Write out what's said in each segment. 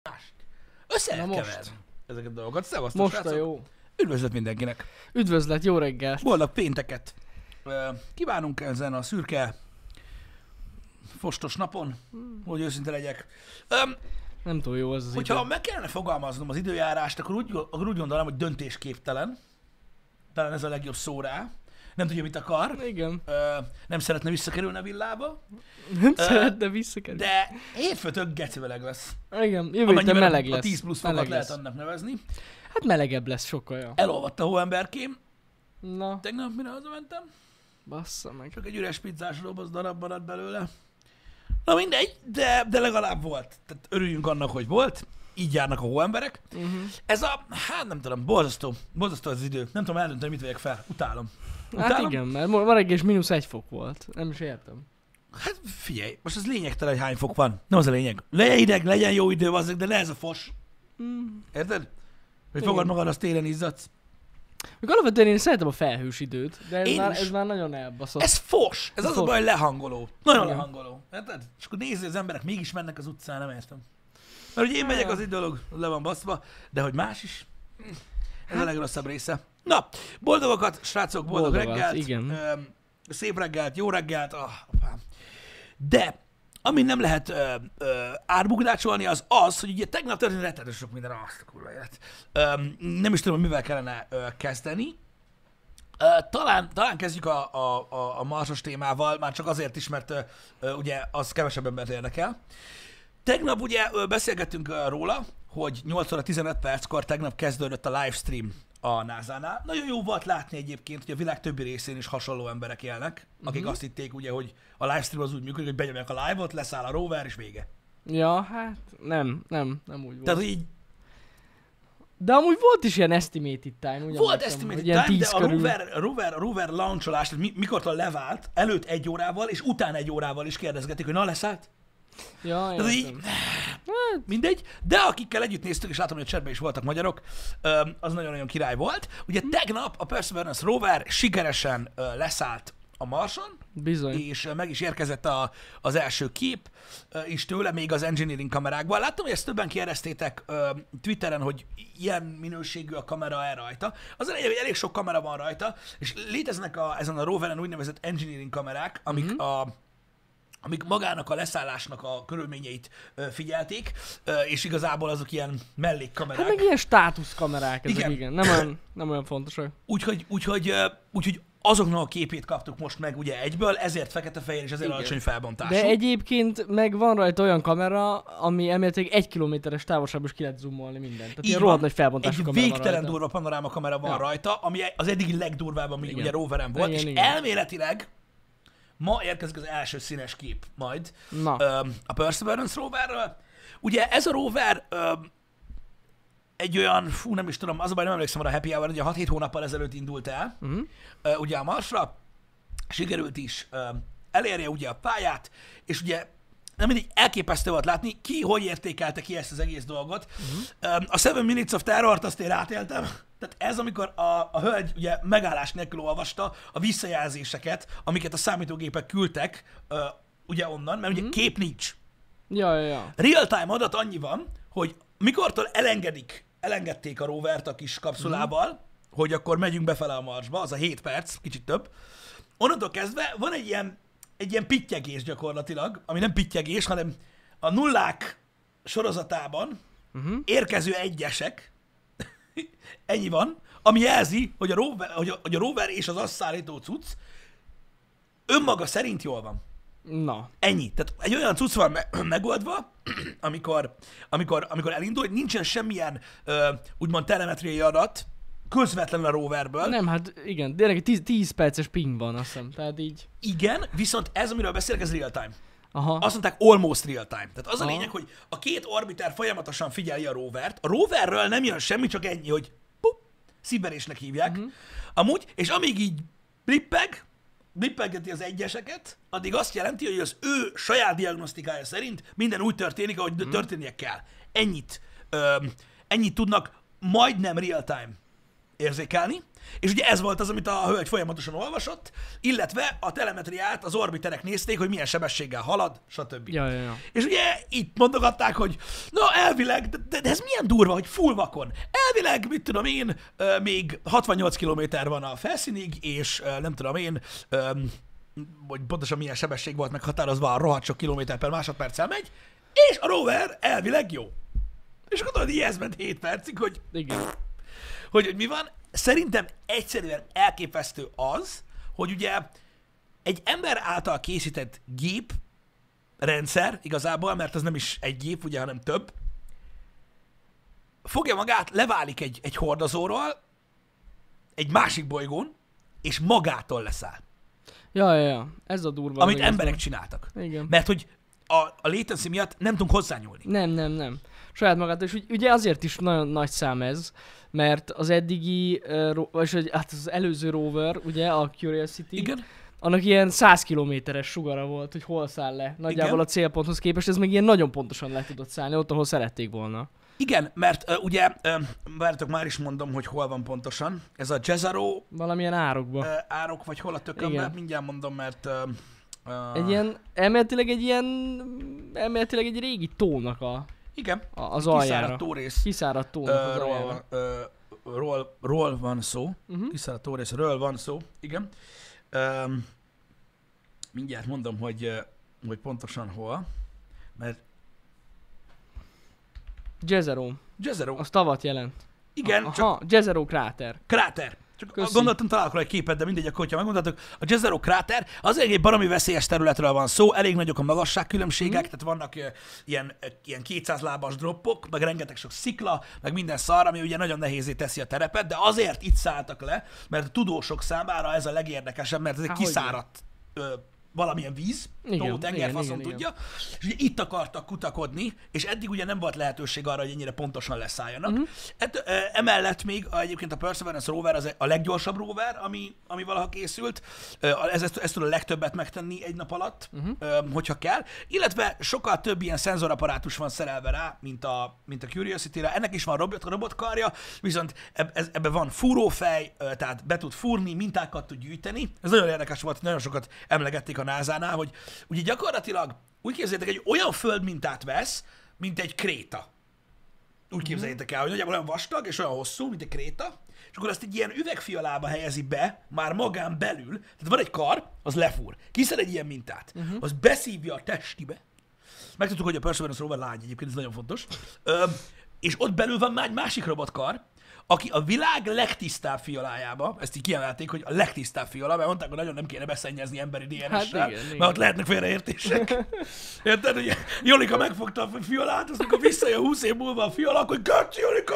Össze lehet most. keverni ezeket a dolgokat. Szevasztok, Most srácok. a jó. Üdvözlet mindenkinek. Üdvözlet, jó reggelt. Boldog pénteket. Kívánunk ezen a szürke, fostos napon, hogy őszinte legyek. Nem túl jó az Hogyha idő. meg kellene fogalmaznom az időjárást, akkor úgy gondolom, hogy döntésképtelen. Talán ez a legjobb szó rá. Nem tudja, mit akar. Igen. Nem szeretne visszakerülni a villába. Nem szeretne visszakerülni. De hétfőtől gecimeleg lesz. Igen, jövő héten Amennyiben meleg a lesz. 10 plusz fokat Meleg lehet lesz. annak nevezni. Hát melegebb lesz sokkal, ja. Elolvadt a hóemberkém. Na, Tegnap mire hazamentem. bassza meg. Csak egy üres pizzás doboz darab maradt belőle. Na mindegy, de legalább volt. Tehát örüljünk annak, hogy volt. Így járnak a hóemberek. Ez a, hát nem tudom, borzasztó az idő. Nem tudom eldönteni, mit vegyek fel. Utálom. Hát igen, mert ma reggel is -1 fok volt. Nem is értem. Hát figyelj, most az lényegtelen, hogy hány fok van. Nem az a lényeg. Legyen hideg, legyen jó idő, azzak, de ne ez a fos. Érted? Hogy fogad magad, az télen izzadsz. Még alapvetően én szeretem a felhős időt, de Én is. ez már nagyon elbaszott. Ez fos. Ez az a fos. baj, hogy lehangoló. Nagyon Igen. lehangoló. Érted? És akkor nézi, az emberek mégis mennek az utcán, nem értem. Mert ugye én megyek, az egy dolog, le van baszva, de hogy más is, ez a legrosszabb része. Na, boldogakat, srácok, boldog Boldogat, reggelt. igen. Szép reggelt, jó reggelt. Apám. De, ami nem lehet átbukdácsolni, az, hogy ugye tegnap történt rettenetes sok minden, azt a kurva élet. Nem is tudom, hogy mivel kellene kezdeni. Talán kezdjük a marsos témával, már csak azért is, mert ugye az kevesebb embert érdekel. Tegnap ugye beszélgettünk róla, hogy 8 óra 15 perckor tegnap kezdődött a livestream a NASA-nál. Nagyon jó volt látni egyébként, hogy a világ többi részén is hasonló emberek élnek, akik azt hitték ugye, hogy a livestream az úgy működik, hogy benyomják a live-ot, leszáll a rover és vége. Ja, hát nem úgy volt. Tehát így De amúgy volt is ilyen estimated time, ugye? volt emlékszem, estimated hogy ilyen time, de 10 a körül. rover launcholás, tehát mikortól levált, előtt 1 órával és után 1 órával is kérdezgetik, hogy na leszállt. Ja, Tehát így, értem. mindegy, de akikkel együtt néztük, és látom, hogy a chatben is voltak magyarok, az nagyon-nagyon király volt. Ugye tegnap a Perseverance rover sikeresen leszállt a Marson, Bizony. és meg is érkezett az első kép is tőle, még az engineering kamerákban. Láttam, hogy ezt többen kérdeztétek Twitteren, hogy ilyen minőségű a kamera rajta. Az a lényeg, hogy elég sok kamera van rajta, és léteznek ezen a roveren úgynevezett engineering kamerák, amik magának a leszállásnak a körülményeit figyelték, és igazából azok ilyen mellékkamerák. Hát meg ilyen státuszkamerák ezek, Igen. igen. Nem olyan fontosak. Úgyhogy azoknak a képét kaptuk most meg ugye egyből, ezért fekete-fehér és ezért Igen. alacsony felbontású. De egyébként meg van rajta olyan kamera, ami elméletileg 1 kilométeres távolságban is ki lehet zoomolni mindent. Tehát ilyen rohadt nagy felbontású Egy kamera van végtelen rajta. durva panoráma kamera van Ja. rajta, ami az eddigi legdurvább, ami Igen. ugye roveren volt, Igen, és igen. elméletileg ma érkezik az első színes kép majd Na. a Perseverance roverről. Ugye ez a rover egy olyan, nem is tudom, az a baj, nem emlékszem arra a happy hour, ugye 6-7 hónappal ezelőtt indult el, ugye a Marsra, sikerült is elérje ugye a pályát, és ugye nem mindig elképesztő volt látni, ki hogy értékelte ki ezt az egész dolgot. A 7 Minutes of Terror-t azt én átéltem. Tehát ez, amikor a hölgy ugye megállás nélkül olvasta a visszajelzéseket, amiket a számítógépek küldtek ugye onnan, mert ugye kép nincs. Ja. Real-time adat annyi van, hogy mikortól elengedték a rovert a kis kapszulával, hogy akkor megyünk befele a Marsba, az a 7 perc, kicsit több. Onnantól kezdve van egy ilyen pittyegés gyakorlatilag, ami nem pittyegés, hanem a nullák sorozatában érkező egyesek, ennyi van, ami jelzi, hogy a rover és az azt szállító cucc önmaga szerint jól van. Na. Ennyi. Tehát egy olyan cucc van megoldva, amikor elindul, hogy nincsen semmilyen úgymond telemetriai adat közvetlenül a roverből. Nem, hát igen, tényleg 10 perces ping van, azt hiszem. Tehát így. Igen, viszont ez, amiről beszélek, ez real time. Aha. Azt mondták almost real time. Tehát az a Aha. lényeg, hogy a két orbiter folyamatosan figyeli a rovert. A roverről nem jön semmi, csak ennyi, hogy szívverésnek hívják. Amúgy, és amíg így blippelgeti az egyeseket, addig azt jelenti, hogy az ő saját diagnosztikája szerint minden úgy történik, ahogy történnie kell. Ennyit tudnak majdnem real time érzékelni, és ugye ez volt az, amit a hölgy folyamatosan olvasott, illetve a telemetriát az orbiterek nézték, hogy milyen sebességgel halad, stb. Ja. És ugye itt mondogatták, hogy na elvileg, de ez milyen durva, hogy full vakon. Elvileg, mit tudom én, még 68 km van a felszínig, és nem tudom én, hogy pontosan milyen sebesség volt meghatározva, a rohadt sok kilométer per másodperccel megy, és a rover elvileg jó. És akkor tudod, így ez ment 7 percig, hogy, Igen. hogy mi van. Szerintem egyszerűen elképesztő az, hogy ugye egy ember által készített gép, rendszer igazából, mert az nem is egy gép, ugye, hanem több, fogja magát, leválik egy hordozóról, egy másik bolygón, és magától leszáll. Ja. Ez a durva. Amit emberek csináltak. Igen. Mert hogy a latency miatt nem tudunk hozzányúlni. Nem. Saját magától. És ugye azért is nagyon nagy szám ez, mert az eddigi, hát az előző rover, ugye, a Curiosity, Igen. annak ilyen 100 kilométeres sugara volt, hogy hol száll le. Nagyjából Igen. a célponthoz képest ez meg ilyen nagyon pontosan le tudott szállni, ott, ahol szerették volna. Igen, mert ugye, várjátok, már is mondom, hogy hol van pontosan. Ez a Jezero Valamilyen árokba. árok, vagy hol a tökönben, Igen. mindjárt mondom, mert... Egy ilyen, elméletileg egy régi tónak igen, az kiszáradt aljára. tórész. Kiszáradt tónak az aljára. Ról van szó. Uh-huh. Kiszáradt tórészről van szó, igen. Mindjárt mondom, hogy pontosan hol, mert Jezero. Jezero, Az tavat jelent. igen, Aha, csak Jezero kráter. kráter. Csak Köszi. gondoltam, találok rá egy képet, de mindegy, akkor, hogyha megmondhatok. A Jezero kráter az egy baromi veszélyes területről van szó, elég nagyok a magasságkülönbségek, tehát vannak ilyen 200 lábas droppok, meg rengeteg sok szikla, meg minden szar, ami ugye nagyon nehézé teszi a terepet, de azért itt szálltak le, mert a tudósok számára ez a legérdekesebb, mert ez egy Há, kiszáradt valamilyen víz, tó, tenger, faszom igen. tudja, és ugye itt akartak kutakodni, és eddig ugye nem volt lehetőség arra, hogy ennyire pontosan leszálljanak. Emellett még egyébként a Perseverance rover az a leggyorsabb rover, ami valaha készült, ezt tud a legtöbbet megtenni egy nap alatt, hogyha kell, illetve sokkal több ilyen szenzorapparátus van szerelve rá, mint a Curiosity-re. Ennek is van robotkarja, viszont ebben van fúrófej, tehát be tud fúrni, mintákat tud gyűjteni. Ez nagyon érdekes volt, nagyon sokat emlegették a NASA-nál, hogy ugye gyakorlatilag úgy képzeljétek, egy olyan földmintát vesz, mint egy kréta. Úgy képzeljétek el, hogy nagyjából olyan vastag és olyan hosszú, mint egy kréta, és akkor azt egy ilyen üvegfialába helyezi be, már magán belül, tehát van egy kar, az lefúr. Kiszed egy ilyen mintát, az beszívja a testibe. Megtudtuk, hogy a Perseverance rover lány egyébként, ez nagyon fontos. És ott belül van már egy másik robotkar, aki a világ legtisztább fiolájába, ezt így kiemelték, hogy a legtisztább fiola, mert mondták, hogy nagyon nem kéne beszennyezni emberi DNS-sel, mert ott lehetnek félreértések. Érted, hogy Jolika megfogta a fiolát, azt amikor visszajön 20 év múlva a fiola, akkor Göcci Jolika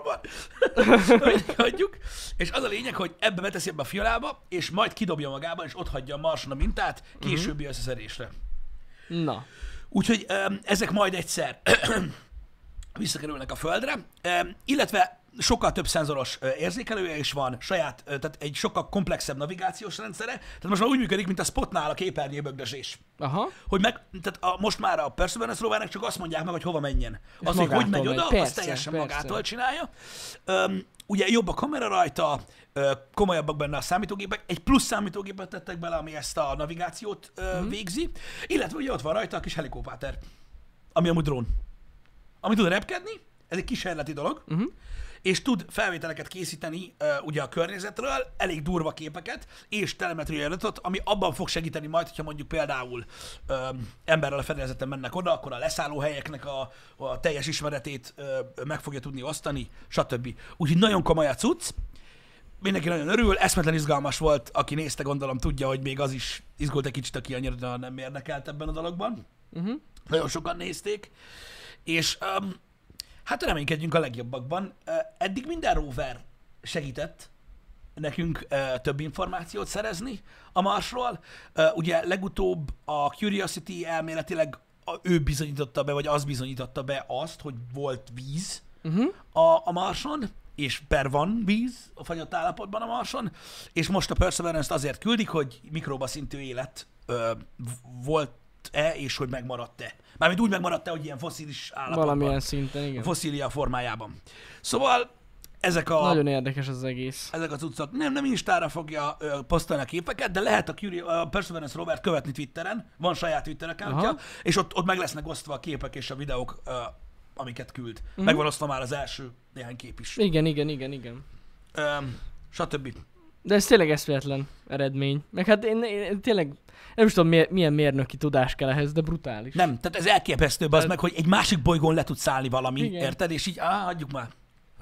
Marsban! Hagyjuk. És az a lényeg, hogy ebbe beteszi ebbe a fiolába, és majd kidobja magába, és ott hagyja a Marson a mintát későbbi összeszedésre. Na. Úgyhogy ezek majd egyszer visszakerülnek a Földre, illetve sokkal több szenzoros érzékelője is van, saját, tehát egy sokkal komplexebb navigációs rendszere, tehát most már úgy működik, mint a Spotnál a képernyőbögdösés. Aha. Hogy tehát most már a Perseverance rovernek csak azt mondják meg, hogy hova menjen. Az, hogy megy oda, az teljesen magától csinálja. Ugye jobb a kamera rajta, komolyabbak benne a számítógépek, egy plusz számítógépet tettek bele, ami ezt a navigációt végzi, illetve ugye ott van rajta a kis helikopter, ami amúgy drón. Ami tud repkedni, ez egy kísérleti dolog, és tud felvételeket készíteni ugye a környezetről, elég durva képeket, és telemetriai adatot, ami abban fog segíteni majd, hogyha mondjuk például emberrel a fedélzeten mennek oda, akkor a leszállóhelyeknek a teljes ismeretét meg fogja tudni osztani, stb. Úgyhogy nagyon komoly a cucc, mindenki nagyon örül, eszmetlen izgalmas volt, aki nézte, gondolom tudja, hogy még az is izgult egy kicsit, aki annyira nem érdekelt ebben a dologban. Nagyon sokan nézték, és hát reménykedjünk a legjobbakban. Eddig minden rover segített nekünk több információt szerezni a Marsról. Ugye legutóbb a Curiosity elméletileg ő bizonyította be, vagy az bizonyította be azt, hogy volt víz a Marson, és van víz a fagyott állapotban a Marson, és most a Perseverance-t azért küldik, hogy mikróba szintű élet volt-e, és hogy megmaradt-e. Mármint úgy megmaradt-e, hogy ilyen fosszilis állapotban. Valamilyen szinten, igen. Fosszília formájában. Szóval Nagyon érdekes az egész. Ezek a cuccok. Nem Instára fogja posztolni a képeket, de lehet a Perseverance rovert követni Twitteren, van saját Twitter accountja, és ott meg lesznek osztva a képek és a videók, amiket küld. Meg van osztva már az első néhány kép is. Igen. Stb. De ez tényleg eszméletlen eredmény. Meg hát én tényleg nem is tudom, milyen mérnöki tudás kell ehhez, de brutális. Nem, tehát ez elképesztő, az meg, hogy egy másik bolygón le tudsz szállni valami, érted? És így, hagyjuk már.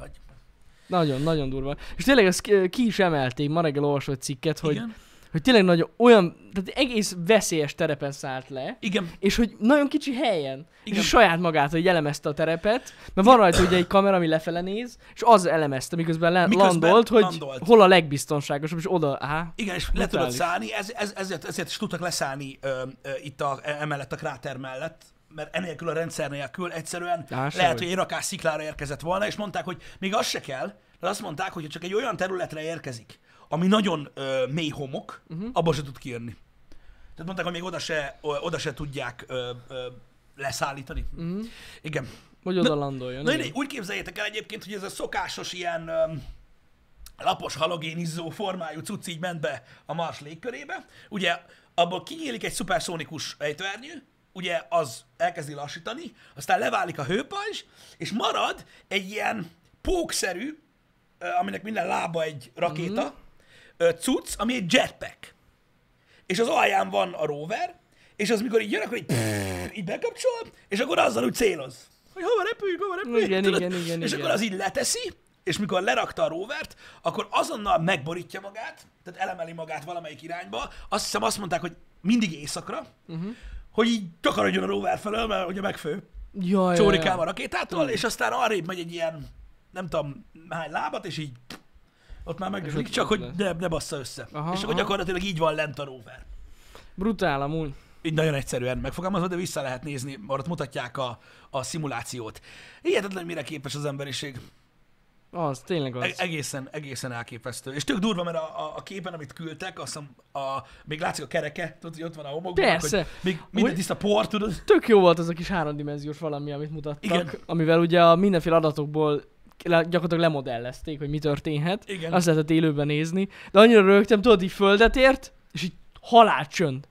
Nagyon durva. És tényleg ezt ki is emelték, ma reggel olvasott egy cikket, hogy tényleg nagyon olyan, tehát egész veszélyes terepen szállt le, igen. És hogy nagyon kicsi helyen, igen. És saját magát, hogy elemezte a terepet, mert van rajta ugye egy kamera, ami lefele néz, és az elemezte, miközben landolt, hogy hol a legbiztonságosabb, és oda, igen, és le tudod szállni, ezért is tudtak leszállni itt emellett a kráter mellett, mert enélkül a rendszer nélkül egyszerűen lehet, hogy egy rakás sziklára érkezett volna, és mondták, hogy még az se kell, de azt mondták, hogy csak egy olyan területre érkezik, ami nagyon mély homok, abból se tud kijönni. Tehát mondták, hogy még oda se tudják leszállítani. Igen. Hogy oda landoljon. Na, úgy képzeljétek el egyébként, hogy ez a szokásos ilyen lapos halogénizzó formájú cucc így ment be a Mars légkörébe. Ugye abból kinyílik egy szuperszónikus ejtőernyő, ugye az elkezdi lassítani, aztán leválik a hőpajzs, és marad egy ilyen pókszerű, aminek minden lába egy rakéta, cucc, ami egy jetpack. És az alján van a rover, és az mikor így jön, akkor így bekapcsol, és akkor azzal úgy céloz. Hogy hova repüljünk. Igen. És akkor az így leteszi, és mikor lerakta a rovert, akkor azonnal megborítja magát, tehát elemeli magát valamelyik irányba. Azt hiszem azt mondták, hogy mindig éjszakra, hogy így takarodjon a rover felől, mert ugye megfő. Csórikám a rakétától, és aztán arrébb megy egy ilyen, nem tudom hány lábat, és így ott már megölik, csak hogy ne bassza össze. És akkor gyakorlatilag így van lent a rover. Brutál amúgy. Így nagyon egyszerűen megfogalmazva, de vissza lehet nézni, mert ott mutatják a szimulációt. Hihetetlen, mire képes az emberiség. Az, tényleg az. Egészen elképesztő. És tök durva, mert a képen, amit küldtek, azt hiszem, még látszik a kereke, tudod, hogy ott van a homokban. Persze. Még minden tiszta por, tudod. Tök jó volt az a kis 3D-s valami, amit mutattak. Igen. Amivel ugye a mindenféle adatokból gyakorlatilag lemodellezték, hogy mi történhet. Igen. Azt lehetett élőben nézni. De annyira rögtem, tudod, így földet ért, és így halálcsönd.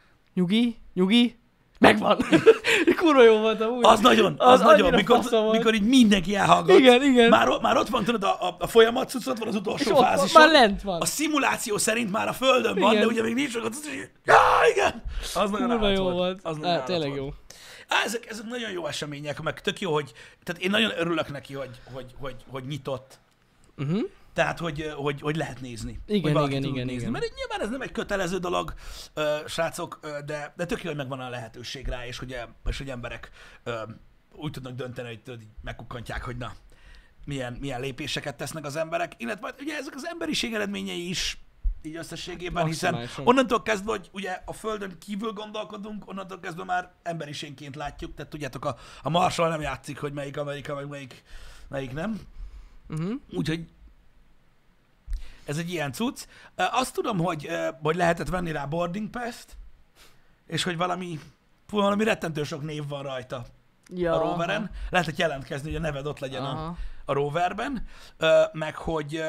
Nyugi, megvan. Kurva jó volt amúgy. Az nagyon, mikor így mindenki elhallgat. Igen. Már ott van, tudod, a folyamat cuccot van az utolsó fázison. Már lent van. A szimuláció szerint már a Földön van, de ugye még nincs meg ott, igen. Az nagyon jó volt. Az tényleg jó. Ezek nagyon jó események, meg tök jó, hogy, tehát én nagyon örülök neki, hogy nyitott. Tehát, hogy lehet nézni. Igen. Nézni. Mert nyilván ez nem egy kötelező dolog, srácok, de tök jó, hogy megvan a lehetőség rá, és hogy emberek úgy tudnak dönteni, hogy megkukkantják, hogy na, milyen lépéseket tesznek az emberek. Illetve ugye ezek az emberiség eredményei is így összességében, hiszen onnantól kezdve, hogy ugye a Földön kívül gondolkodunk, onnantól kezdve már emberiségként látjuk, tehát tudjátok, a Marsról nem játszik, hogy melyik Amerika, meg melyik nem. Úgyhogy ez egy ilyen cucc. Azt tudom, hogy lehetett venni rá boarding pass-t, és hogy valami rettentő sok név van rajta a roveren. Lehetett jelentkezni, hogy a neved ott legyen a roverben, meg hogy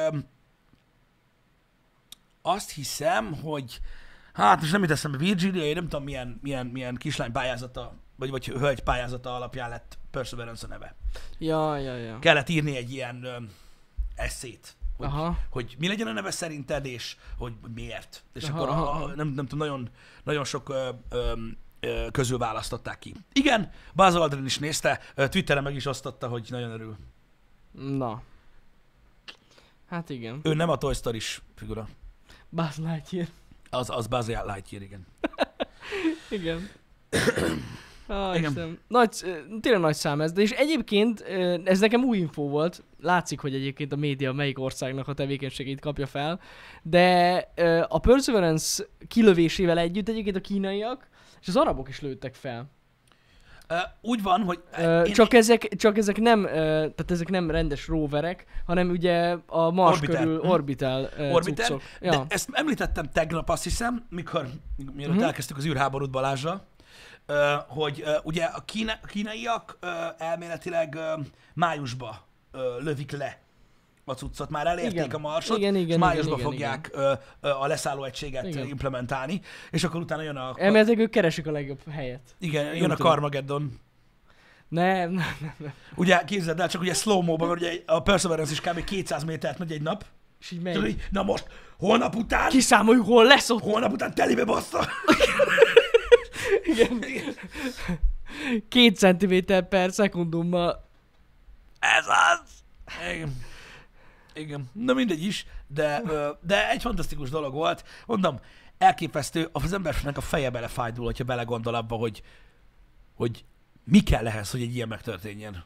azt hiszem, hogy most nem jut eszembe, Virginia, én nem tudom milyen kislány pályázata, vagy hölgy pályázata alapján lett Perseverance a neve. Ja. Kellett írni egy ilyen eszét, hogy mi legyen a neve szerinted, és hogy miért. És akkor nem tudom, nagyon sok közül választották ki. Igen, Buzz Aldrin is nézte, Twitteren meg is osztotta, hogy nagyon örül. Na. Hát igen. Ő nem a Toy Story-s figura. Buzz Lightyear. Az Buzz Lightyear, igen. Igen. Igen. Tényleg nagy szám ez, de és egyébként ez nekem új infó volt, látszik, hogy egyébként a média melyik országnak a tevékenységét kapja fel, de a Perseverance kilövésével együtt egyébként a kínaiak és az arabok is lőttek fel. Úgy van, hogy... Csak ezek nem, tehát ezek nem rendes roverek, hanem ugye a Mars körül orbitál cuccok. De ezt említettem tegnap, azt hiszem, mielőtt elkezdtük az űrháborút Balázsral, hogy ugye a kínaiak elméletileg májusba lövik le a cuccot, már elérték Igen. a marsot, Igen, és igen, májusban igen, fogják a leszállóegységet Igen. implementálni, és akkor utána jön a... Elméletileg ők keresik a legjobb helyet. Igen, Úgy jön a tudom. Carmageddon. Nem. Ugye képzeld el, csak ugye slow-mo-ban, mert ugye a Perseverance is kb. 200 métert megy egy nap. És így Tudod, megy. így, na most, holnap után, Kiszámoljuk, hol lesz ott. holnap után telibe bassza. Igen. 2 centiméter per szekundummal. Ez az! Igen. Igen. Na mindegy is, de egy fantasztikus dolog volt. Mondom, elképesztő, az embernek a feje belefájdul, hogyha belegondol abba, hogy mi kell ehhez, hogy egy ilyen megtörténjen.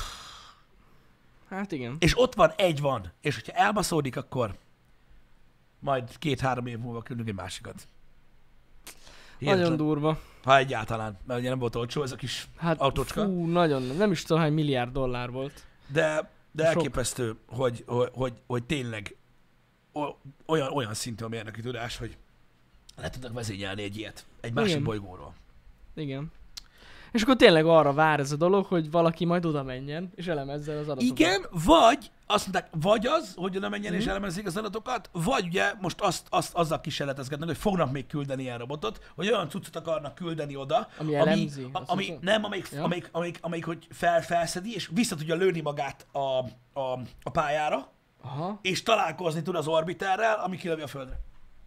Hát igen. És ott van, egy van. És hogyha elbaszódik, akkor majd 2-3 év múlva küldünk egy másikat. Nagyon Hihetetlen. durva. Ha egyáltalán, mert ugye nem volt olcsó ez a kis Hát autócska. fú, nagyon. Nem is tudom, hány milliárd dollár volt. De Sok. elképesztő, hogy tényleg olyan szintű a mérnöki tudás, hogy le tudnak vezényelni egy ilyet. Egy másik Igen. bolygóról. Igen. És akkor tényleg arra vár ez a dolog, hogy valaki majd oda menjen, és elemezze az adatokat. Igen, vagy azt mondták, vagy az, hogy oda menjen és elemezzék az adatokat, vagy ugye most azzal kísérletezgetnek, hogy fognak még küldeni ilyen robotot, hogy olyan cuccot akarnak küldeni oda, Ami elemzi az ami utat? nem, Ja. amelyik hogy felszedi, és vissza tudja lőni magát a pályára, Aha. és találkozni tud az orbiterrel, ami kilövi a Földre.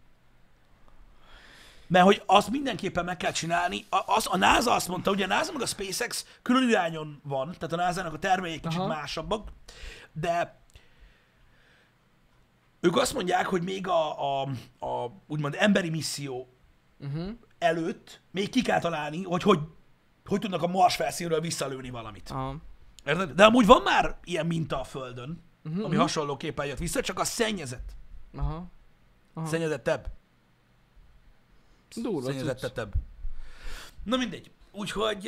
Mert hogy azt mindenképpen meg kell csinálni. A NASA azt mondta, ugye a NASA meg a SpaceX külön irányon van, tehát a NASA-nak a tervei egy kicsit Aha. másabbak, de ők azt mondják, hogy még a úgymond emberi misszió előtt még ki kell találni, hogy tudnak a Mars felszínről visszalőni valamit. Aha. Érted? De amúgy van már ilyen minta a Földön, ami hasonlóképpen jött vissza, csak az szennyezett. Aha. Szennyezettebb. Durva cucc. Szennyezettettebb. Na mindegy. Úgyhogy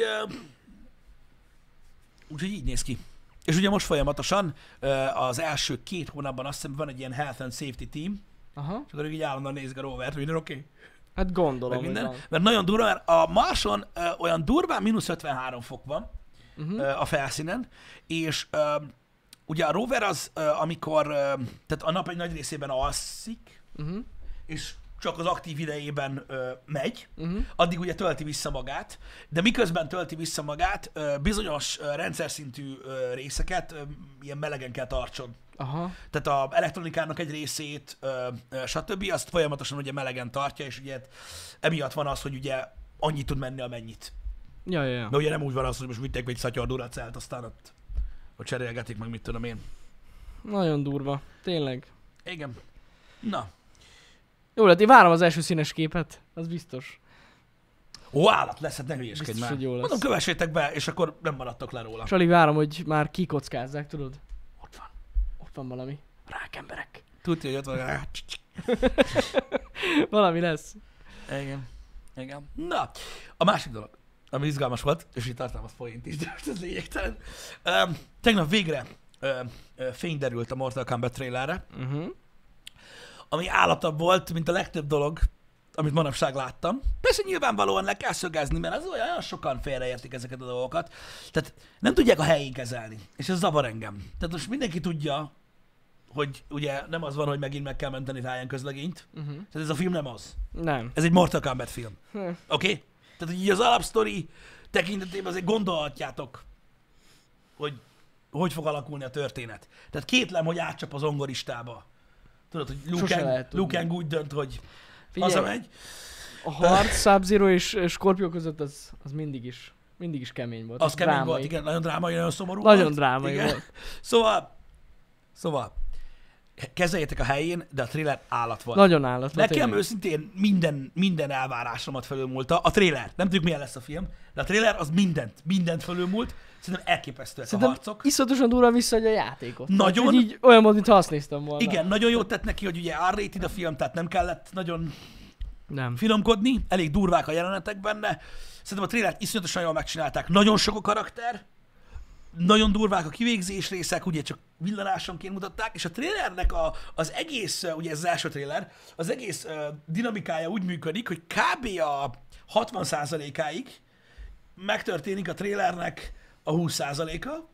így néz ki. És ugye most folyamatosan az első 2 hónapban azt hiszem van egy ilyen Health and Safety Team, Aha. és akkor ők így állandóan nézik a rovert, minden oké? Hát gondolom, Meg minden. hogy van. Mert nagyon durva, mert a Marson olyan durván -53 fok van a felszínen, és ugye a rover az, amikor, tehát a nap egy nagy részében alszik, és csak az aktív idejében megy, addig ugye tölti vissza magát, de miközben tölti vissza magát, bizonyos rendszer szintű részeket ilyen melegen kell tartson. Aha. Tehát az elektronikának egy részét, stb. Azt folyamatosan ugye melegen tartja, és ugye emiatt van az, hogy ugye annyit tud menni, amennyit. Ja. De ugye nem úgy van az, hogy most vitték egy szatyor duracelt, aztán ott cserélgetik meg, mit tudom én. Nagyon durva. Tényleg. Igen. Na. Jó, hát én várom az első színes képet. Az biztos. Ó, állat lesz, hát ne hülyeskedj Biztos, már. hogy jó lesz. Mondom, kövessétek be, és akkor nem maradtok le róla. És alig várom, hogy már kikockázzák, tudod? Ott van. Ott van valami. Rákemberek. Tudja, hogy ott van. Valami lesz. Igen. Igen. Na, a másik dolog, ami izgalmas volt, és itt tartalmaz point is, de most ez lényegtelen. Tegnap végre fény derült a Mortal Kombat trailerre, ami állatabb volt, mint a legtöbb dolog, amit manapság láttam. Persze nyilvánvalóan le kell szögezni, mert az olyan sokan félreértik ezeket a dolgokat. Tehát nem tudják a helyén kezelni, és ez zavar engem. Tehát most mindenki tudja, hogy ugye nem az van, hogy megint meg kell menteni Ryan közlegényt. Tehát ez a film nem az. Nem. Ez egy Mortal Kombat film. Hm. Oké? Okay? Tehát így az alapsztori tekintetében azért gondolhatjátok, hogy fog alakulni a történet. Tehát kétlem, hogy átcsap az ongoristába. Tudod, hogy Luke Kang úgy dönt, hogy hazamegy. A harc Sub-Zero és Scorpio között az mindig is kemény volt. Az kemény volt, igen, nagyon drámai, nagyon szomorú Nagyon volt. drámai igen. volt. Szóval, kezeljétek a helyén, de a trailer állat volt. Nagyon állat volt. Nekem őszintén minden elvárásomat felülmúlta. A trailer, nem tudjuk milyen lesz a film, de a trailer az mindent felülmúlt. Szerintem elképesztőek a harcok. Iszonyatosan durva visszaadja a játékot. Nagyon. Tehát, így olyan volt, mintha azt néztem volna. Igen, nagyon jót tett neki, hogy ugye R-rated a film, tehát nem kellett nagyon Nem. finomkodni, elég durvák a jelenetek benne. Szerintem a trailert iszonyatosan jól megcsinálták. Nagyon sok a karakter, nagyon durvák a kivégzés részek, ugye csak villanásonként mutatták, és a trailernek az egész, ugye ez az első trailer, az egész dinamikája úgy működik, hogy kb. A 60%-áig megtörténik a trailernek a 20%-a,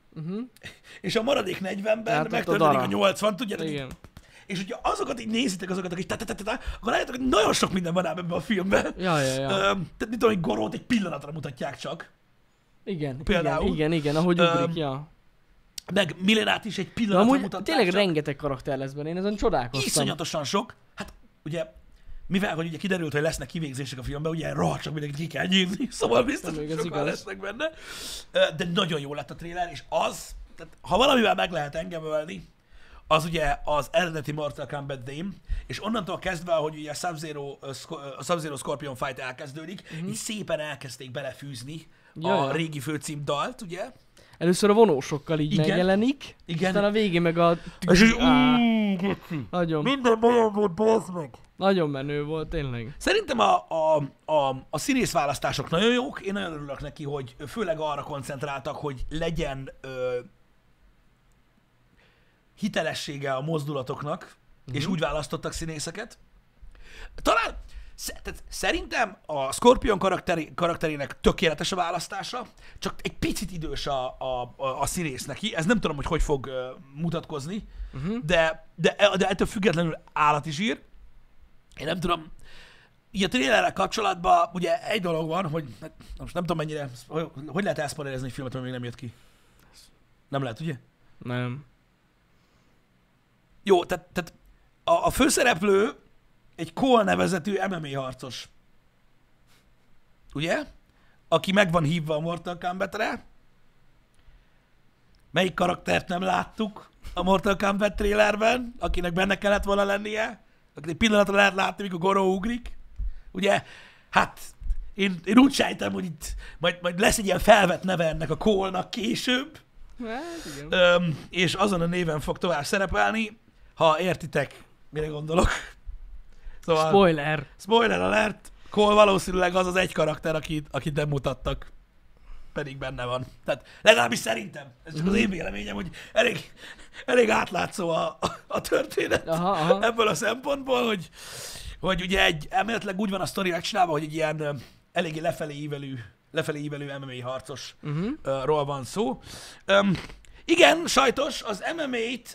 és a maradék 40-ben Hát ott a megtörténik a dara. 80, tudjátok? Igen. És hogyha azokat így nézitek, azokat, akik akkor látjátok, hogy nagyon sok minden van ám ebben a filmben. Ja. Tehát mit tudom, hogy Gorót egy pillanatra mutatják csak. Igen, Például. igen, ahogy ugrik, ja. Meg Milenát is egy De pillanatra amúgy mutatták tényleg csak. rengeteg karakter lesz benne, én ezen csodálkoztam. Iszonyatosan sok. Hát ugye, mivel hogy ugye kiderült, hogy lesznek kivégzések a filmben, ugye rohadt csak mindenkit ki kell nyírni, szóval biztos, Még hogy ez sokan igaz. lesznek benne. De nagyon jó lett a trailer, és az, tehát ha valamivel meg lehet engem ölni, az ugye az eredeti Mortal Kombat theme, és onnantól kezdve, hogy ugye a Sub-Zero Scorpion Fight elkezdődik, így szépen elkezdték belefűzni a régi főcím dalt, ugye? Először a vonósokkal így Igen. megjelenik, Igen. aztán a végén meg a... És így, Nagyon, minden olyan volt, bazd meg! nagyon menő volt, tényleg. Szerintem a színész választások nagyon jók, én nagyon örülök neki, hogy főleg arra koncentráltak, hogy legyen hitelessége a mozdulatoknak, és úgy választottak színészeket. Talán, tehát szerintem a Scorpion karakterének tökéletes a választása, csak egy picit idős a színész neki, ez nem tudom, hogy fog mutatkozni, de ettől függetlenül állati zsír. Én nem tudom, így a trailerrel kapcsolatban ugye egy dolog van, hogy hát, most nem tudom mennyire, hogy lehet elszpoilerezni egy filmet, ami még nem jött ki. Nem lehet, ugye? Nem. Jó, tehát a főszereplő egy Cole nevezetű MMA harcos. Ugye? Aki meg van hívva a Mortal Kombat-re. Melyik karaktert nem láttuk a Mortal Kombat trailerben, akinek benne kellett volna lennie? Akit egy pillanatra lehet látni, mikor Goro ugrik. Ugye? Hát, én úgy sejtem, hogy itt majd lesz egy ilyen felvett neve ennek a Cole-nak később. Hát igen. És azon a néven fog tovább szerepelni, ha értitek, mire gondolok. Szóval, spoiler alert, Cole valószínűleg az az egy karakter, akit nem mutattak, pedig benne van. Tehát legalábbis szerintem, ez csak az én véleményem, hogy elég átlátszó a történet Aha. ebből a szempontból, hogy ugye elméletileg úgy van a sztori megcsinálva, hogy egy ilyen eléggé lefelé ívelő MMA harcosról van szó. Igen, sajtos, az MMA-t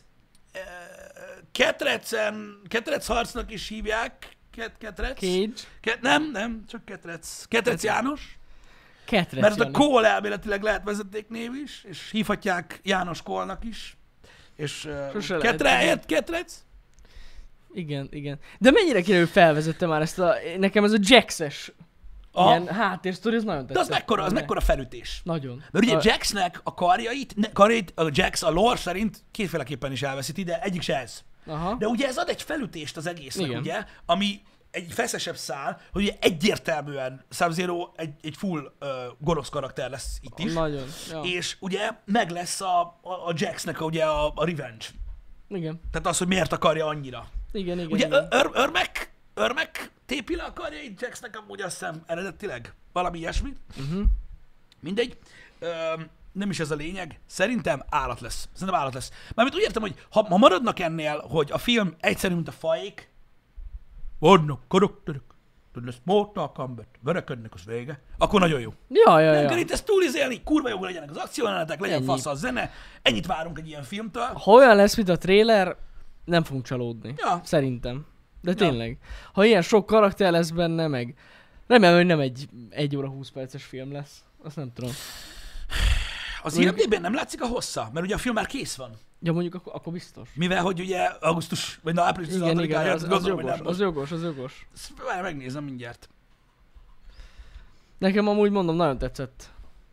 Ketrec harcnak is hívják. Ketrec? Cage. Nem, csak Ketrec. Ketrec János. Ketrec Mert a Jani. Cole elméletileg lehet vezetéknév is, és hívhatják János Cole-nak is. És Sose lehet. Ketrec? Igen. De mennyire kiderül felvezette már ezt nekem ez a Jax-es ilyen háttérsztori, ez nagyon De tetszett. az mekkora felütés. Nagyon. Mert ugye Jaxnek a karjait, a Jax a lore szerint kétféleképpen is elveszíti, de egyik se ez. Aha. De ugye ez ad egy felütést az egésznek, Igen. ugye, ami egy feszesebb szál, hogy ugye egyértelműen Sub-Zero egy full gonosz karakter lesz itt is. Nagyon. Ja. És ugye meg lesz a Jaxnek ugye a revenge. Igen. Tehát az, hogy miért akarja annyira. Igen. Ugye Örmek tépi le a karjait Jaxnek amúgy azt hiszem eredetileg. Valami ilyesmi. Mindegy. Nem is ez a lényeg. Szerintem állat lesz. Mármint úgy értem, hogy ha maradnak ennél, hogy a film egyszerű, mint a fajék, vannak karakterek, lesz Mortal Kombat, verekednek, az vége, akkor nagyon jó. Nem kell Ja. itt ezt túlizélni, kurva jók legyenek az akciójelenetek, legyen Ennyi. fasz a zene, ennyit várunk egy ilyen filmtől. Ha olyan lesz, mint a trailer, nem fogunk csalódni. Ja. Szerintem. De tényleg. Ha ilyen sok karakter lesz benne, meg remélem, hogy nem egy 1 óra 20 perces film lesz. Azt nem tudom. Az IMDb-ben nem látszik a hossza, mert ugye a film már kész van. Ja, mondjuk akkor biztos. Mivel, hogy ugye augusztus, vagy április 16-án Igen, jött, gondolom, hogy nem. az jogos. Várj, megnézem mindjárt. Nekem amúgy mondom, nagyon tetszett.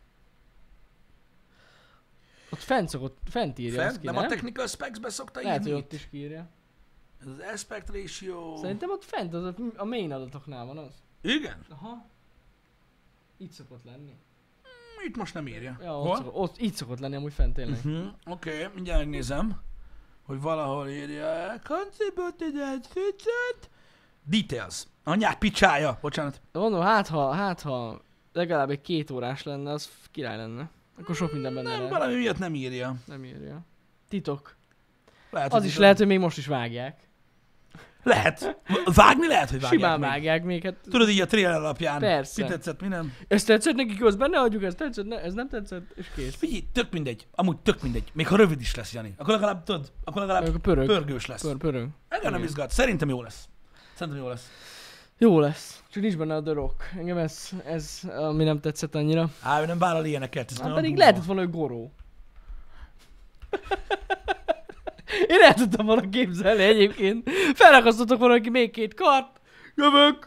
Ott fent írja azt ki, Nem nem? a technical specs-be szokta Lehet, hogy írni? ott is kiírja. Ez az aspect ratio... Szerintem ott fent, az a main adatoknál van az. Igen? Aha. Így szokott lenni. Itt most nem írja. Ja, Hol? ott így szokott lenni amúgy fent tényleg. Oké, mindjárt megnézem, hogy valahol írja. Contributed and featured details. Anyák picsája, bocsánat. De mondom, hát ha legalább egy 2 órás lenne, az király lenne. Akkor sok minden benne Nem, lehet. valami miatt nem írja. Nem írja. Titok. Lehet, Az hogy is titok. lehet, hogy még most is vágják. Lehet. Vágni lehet, hogy vágják Simán még. vágják még, hát Tudod, így a trailer alapján. Persze. Mi tetszett, mi nem? ez tetszett nekik, közben ne adjuk, ez tetszett, ez nem tetszett, és kész. Figyelj, tök mindegy. Amúgy tök mindegy. Még ha rövid is lesz, Jani. Akkor legalább, tudod, akkor legalább Akkor pörög. pörgős lesz. Pörög. Engem nem izgat. Szerintem jó lesz. Szerintem jó lesz. Jó lesz. Csak nincs benne a The Rock. Engem ez ami nem tetszett annyira. Ő nem vállal ilyeneket. Ez Hát nagyon pedig durva. lehetett volna, hogy Goró. Én el tudtam volna képzelni egyébként. Felakasztottak volna neki még 2 kart. Jövök!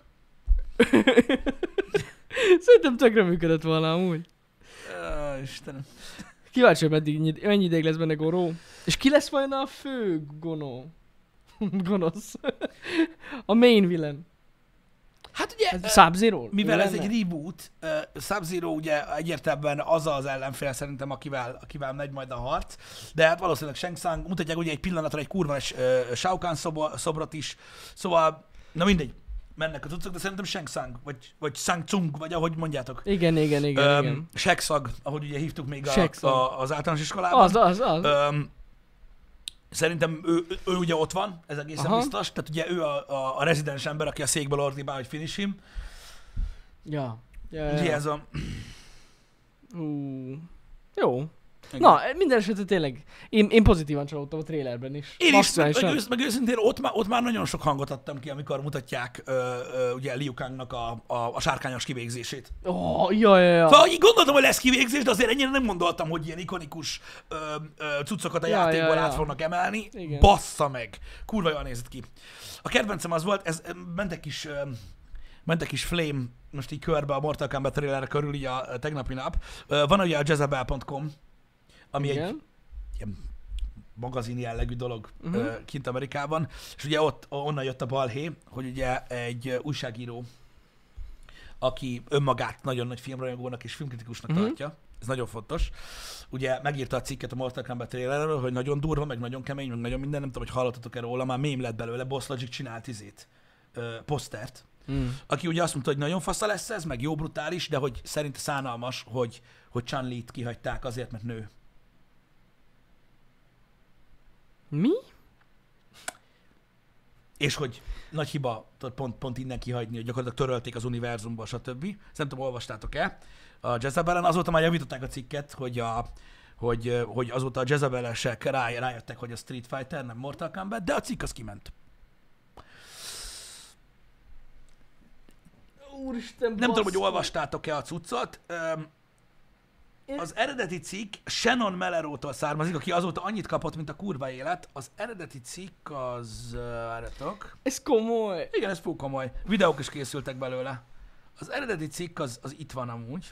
Szerintem tökre működött volna amúgy. Istenem. Kíváncsi, mennyi ideig lesz benne Goró. És ki lesz vajon a fő gonosz? A main villain. Hát ugye, Sub-Zero? mivel Ő ez lenne? egy reboot, Sub-Zero ugye egyértelműen az az ellenfél szerintem, akivel megy majd a harc, de hát valószínűleg Shang Tsung, mutatják ugye egy pillanatra egy kurva Shao Kahn szobrot is, szóval, na mindegy, mennek a cuccok, de szerintem Shang Tsung, vagy Shang Tsung, vagy ahogy mondjátok. Igen. Sheksag, ahogy ugye hívtuk még Sheksag. az általános iskolában. Az. Szerintem ő ugye ott van, ez egészen Aha. biztos, tehát ugye ő a rezidens ember, aki a székből ordibál, hogy finish him. Ja. Ugye ez a... Jó. Igen. Na, minden esetre tényleg, én pozitívan csalódtam a trailerben is. Én is, Maximálisan. meg őszintén ott már nagyon sok hangot adtam ki, amikor mutatják ugye Liu Kangnak a sárkányos kivégzését. Ja. Szóval így gondoltam, hogy lesz kivégzés, de azért ennyire nem gondoltam, hogy ilyen ikonikus cuccokat a játékból át fognak emelni. Igen. Bassza meg! Kurva jól nézett ki. A kedvencem az volt, mentek is flame most így körbe a Mortal Kombat trailer körül így a tegnapi nap. Van ugye a Jezebel.com, ami egy ilyen magazin jellegű dolog kint Amerikában, és ugye onnan jött a balhé, hogy ugye egy újságíró, aki önmagát nagyon nagy filmrajongónak és filmkritikusnak tartja, ez nagyon fontos, ugye megírta a cikket a Mortal Kombat trailerről, hogy nagyon durva, meg nagyon kemény, meg nagyon minden, nem tudom, hogy hallottatok-e róla, már mém lett belőle, Boss Logic csinált posztert, aki ugye azt mondta, hogy nagyon fasza lesz ez, meg jó brutális, de hogy szerinte szánalmas, hogy Chun-Li-t kihagyták azért, mert nő. Mi? És hogy nagy hiba pont innen kihagyni, hogy gyakorlatilag törölték az univerzumból, stb. Ezt nem tudom, olvastátok-e a Jezebelen. Azóta már javították a cikket, hogy azóta a Jezebelesek rájöttek, hogy a Street Fighter, nem Mortal Kombat, de a cikk az kiment. Úristen, Nem tudom, hogy olvastátok-e a cuccot. Az eredeti cikk Shannon Mellerótól származik, aki azóta annyit kapott, mint a kurva élet. Az eredeti cikk az... várjatok. Ez komoly. Igen, ez fú komoly. Videók is készültek belőle. Az eredeti cikk az itt van amúgy.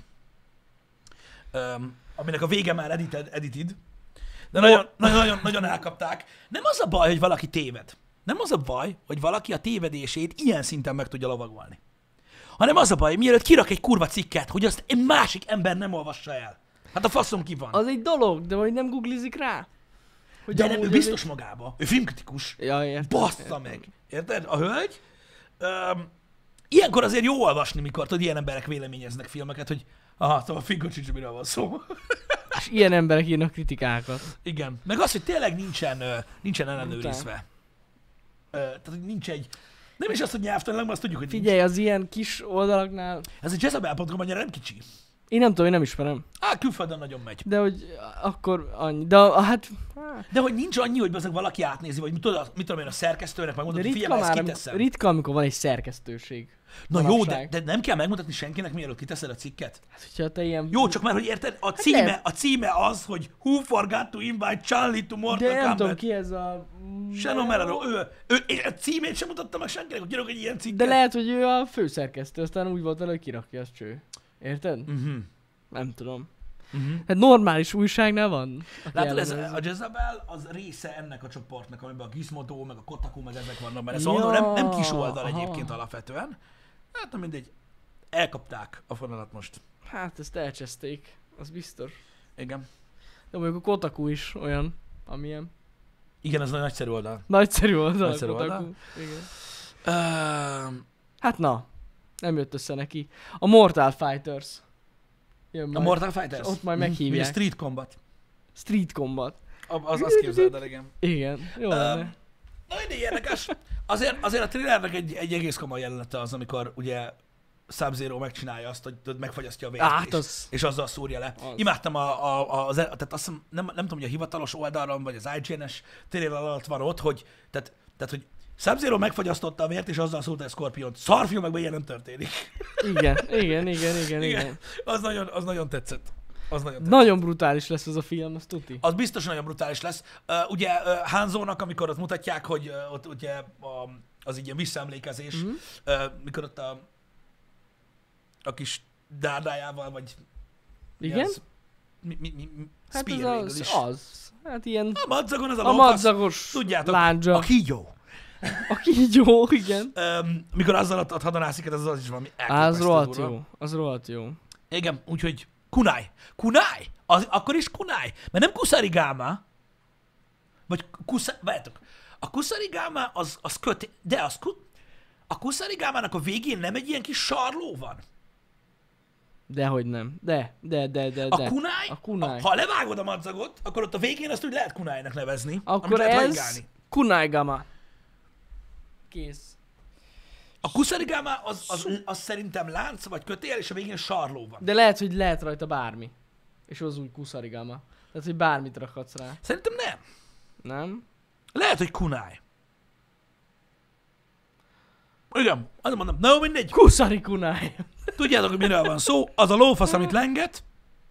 Aminek a vége már edited. De nagyon elkapták. Nem az a baj, hogy valaki téved. Nem az a baj, hogy valaki a tévedését ilyen szinten meg tudja lovagolni. Hanem az a baj, mielőtt kirak egy kurva cikket, hogy azt egy másik ember nem olvassa el. Hát a faszom ki van. Az egy dolog, de hogy nem googlizik rá. Hogy De nem, amúgy ő ez biztos magába. Ő filmkritikus. Ja, értem. Bassza meg. Érted? A hölgy. Ilyenkor azért jó olvasni, mikor tudod, ilyen emberek véleményeznek filmeket, hogy szóval fingom sincs, miről van szó. És ilyen emberek írnak kritikákat. Igen. Meg az, hogy tényleg nincsen ellenőrizve. Tehát, hogy nincs egy... Nem is az, hogy nyelvtanilag, mert azt tudjuk, hogy Figyelj, az ilyen kis oldalaknál... Ez egy Jezebel.com annyira nem kicsi. Én nem tudom, én nem ismerem. Külföldön nagyon megy. De hogy akkor annyi. De hát... De hogy nincs annyi, hogy bezeg valaki átnézi, vagy mit tudom én a szerkesztőnek megmondod, De hogy figyelj, ezt ritka, kiteszem. ritka, amikor van egy szerkesztőség. Na jó, manapság. de nem kell megmutatni senkinek, mielőtt kiteszed a cikket. Hát, hogyha te ilyen... Jó, csak már, hogy érted, a címe az, hogy Who forgot to invite Chun-Li to Mortal De nem tudom Kombat. ki ez a... Shannon Mellerow, ő, és a címét sem mutatta meg senkinek, hogy írok egy ilyen cikket. De lehet, hogy ő a főszerkesztő, aztán úgy volt vele, hogy kirakja azt cső. Érted? Uh-huh. Nem tudom. Uh-huh. Hát normális újságnál van. aki Látod, ez ellenőrzi. a Jezebel az része ennek a csoportnak, amiben a Gizmodo, meg a Kotaku, meg ezek vannak, mert ez Ja, mondom, nem kis oldal aha. egyébként alapvetően. Hát na mindegy, elkapták a fonalat most. Hát ezt elcseszték, az biztos. Igen. De mondjuk a Kotaku is olyan, amilyen. Igen, ez egy nagyszerű oldal. Nagyszerű oldal Nagyszerű a Kotaku. oldal. Igen. Hát na, nem jött össze neki. A Mortal Fighters. Jön A majd. Mortal Fighters? És ott majd Ugye meghívják. Street Combat. Street Combat. Az képzeld el, igen. Igen, jó lenne. Mindig érdekes. Azért a thrillernek egy egész komoly jelenete az, amikor ugye Sub-Zero megcsinálja azt, hogy megfagyasztja a vért, Hát és azzal szúrja le. Az. Imádtam tehát azt hiszem, nem tudom, hogy a hivatalos oldalon, vagy az IGN-es trailer alatt van ott, hogy, hogy Sub-Zero megfagyasztotta a vért, és azzal szúrta a Scorpiont. Szarfilmekben ilyen nem történik. Igen. Az nagyon tetszett. Nagyon brutális lesz ez a film, az tuti. Az biztos nagyon brutális lesz. Ugye Hanzónak, amikor ott mutatják, hogy ott ugye az így ilyen visszaemlékezés, mikor ott a kis dárdájával, vagy... Igen? Hát Spear ez is. az. Hát ilyen... A madzagon az a A lófasz. madzagos Tudjátok, lándzsa. a kígyó. A kígyó, igen. Mikor azzal ott hadonászik, az is valami Az elképesztő rohadt durva. jó. Az rohadt jó. Igen, úgyhogy kunai. Kunai? Akkor is kunai. Mert nem kusarigama. Vagy várjátok. A kusarigama az de a kusarigámának a végén nem egy ilyen kis sarló van. Dehogy nem. De. A kunai, A kunai. ha levágod a madzagot, akkor ott a végén azt úgy lehet kunájnak nevezni. Akkor amit lehet ez haingálni. kunaigama. Kész. A kusarigama az szerintem lánc vagy kötél, és a végén sarló van. De lehet, hogy lehet rajta bármi. És az úgy kusarigama. Tehát, hogy bármit rakhatsz rá. Szerintem nem. Nem? Lehet, hogy kunai. Igen, azt mondom, no mindegy. Kusari kunai. Tudjátok, hogy miről van szó. Az a lófasz, amit lenget.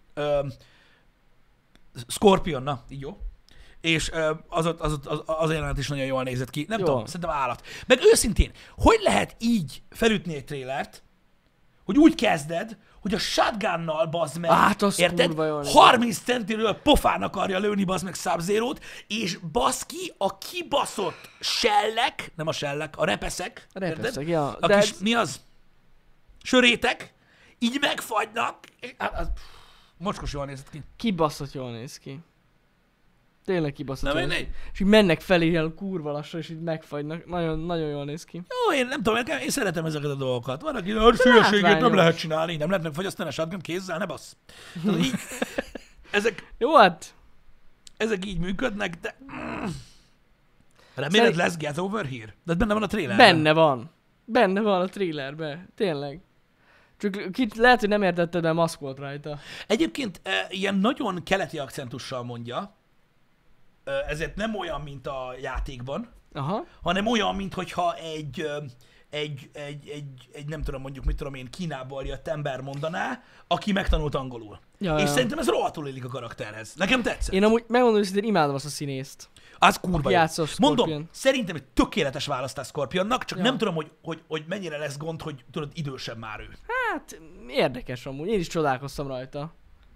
Scorpion, na, így jó. És az jelenet is nagyon jól nézett ki. Nem Jó. tudom, szerintem állat. Meg őszintén, hogy lehet így felütni egy trélert, hogy úgy kezded, hogy a shotgunnal, bazd meg, Hát, az érted? kurva jól nézett. 30 centiről pofán akarja lőni, bazd meg Sub-Zero-t, és baszki a kibaszott sellek, nem a sellek, a repeszek, A repeszek, érted? ja. A De kis, ez- mi az? Sörétek, így megfagynak, és, mocskos jól nézett ki. Kibaszott jól néz ki. Tényleg kibaszott Na jól néz ki. mindegy. És így mennek felé ilyen kurva lassan, és így megfagynak. Nagyon, nagyon jól néz ki. Jó, én nem tudom, én szeretem ezeket a dolgokat. Van, aki hogy hülyeségét nem látványos. lehet csinálni, nem lehet megfagyasztani a shotgun kézzel, ne bassz. Tehát így, Jó, hát ezek így működnek, de... Reméled lesz Get Over Here? De benne van a trailerben. benne van. Benne van a trailerben. Tényleg. Csak lehet, hogy nem értetted, de maszk volt rajta. Egyébként ilyen nagyon keleti akcentussal mondja, ezért nem olyan, mint a játékban, Aha. hanem olyan, mintha egy nem tudom, mondjuk mit tudom én, Kínából jött ember mondaná, aki megtanult angolul. Ja, És ja. szerintem ez rohadtul illik a karakterhez. Nekem tetszett. Én amúgy megmondom, hogy én imádom azt a színészt. Az kurva Aki jó. játsza a Scorpion. Mondom, szerintem egy tökéletes választás Scorpionnak, csak Ja. nem tudom, hogy mennyire lesz gond, hogy tudod, idősebb már ő. Hát, érdekes amúgy. Én is csodálkoztam rajta.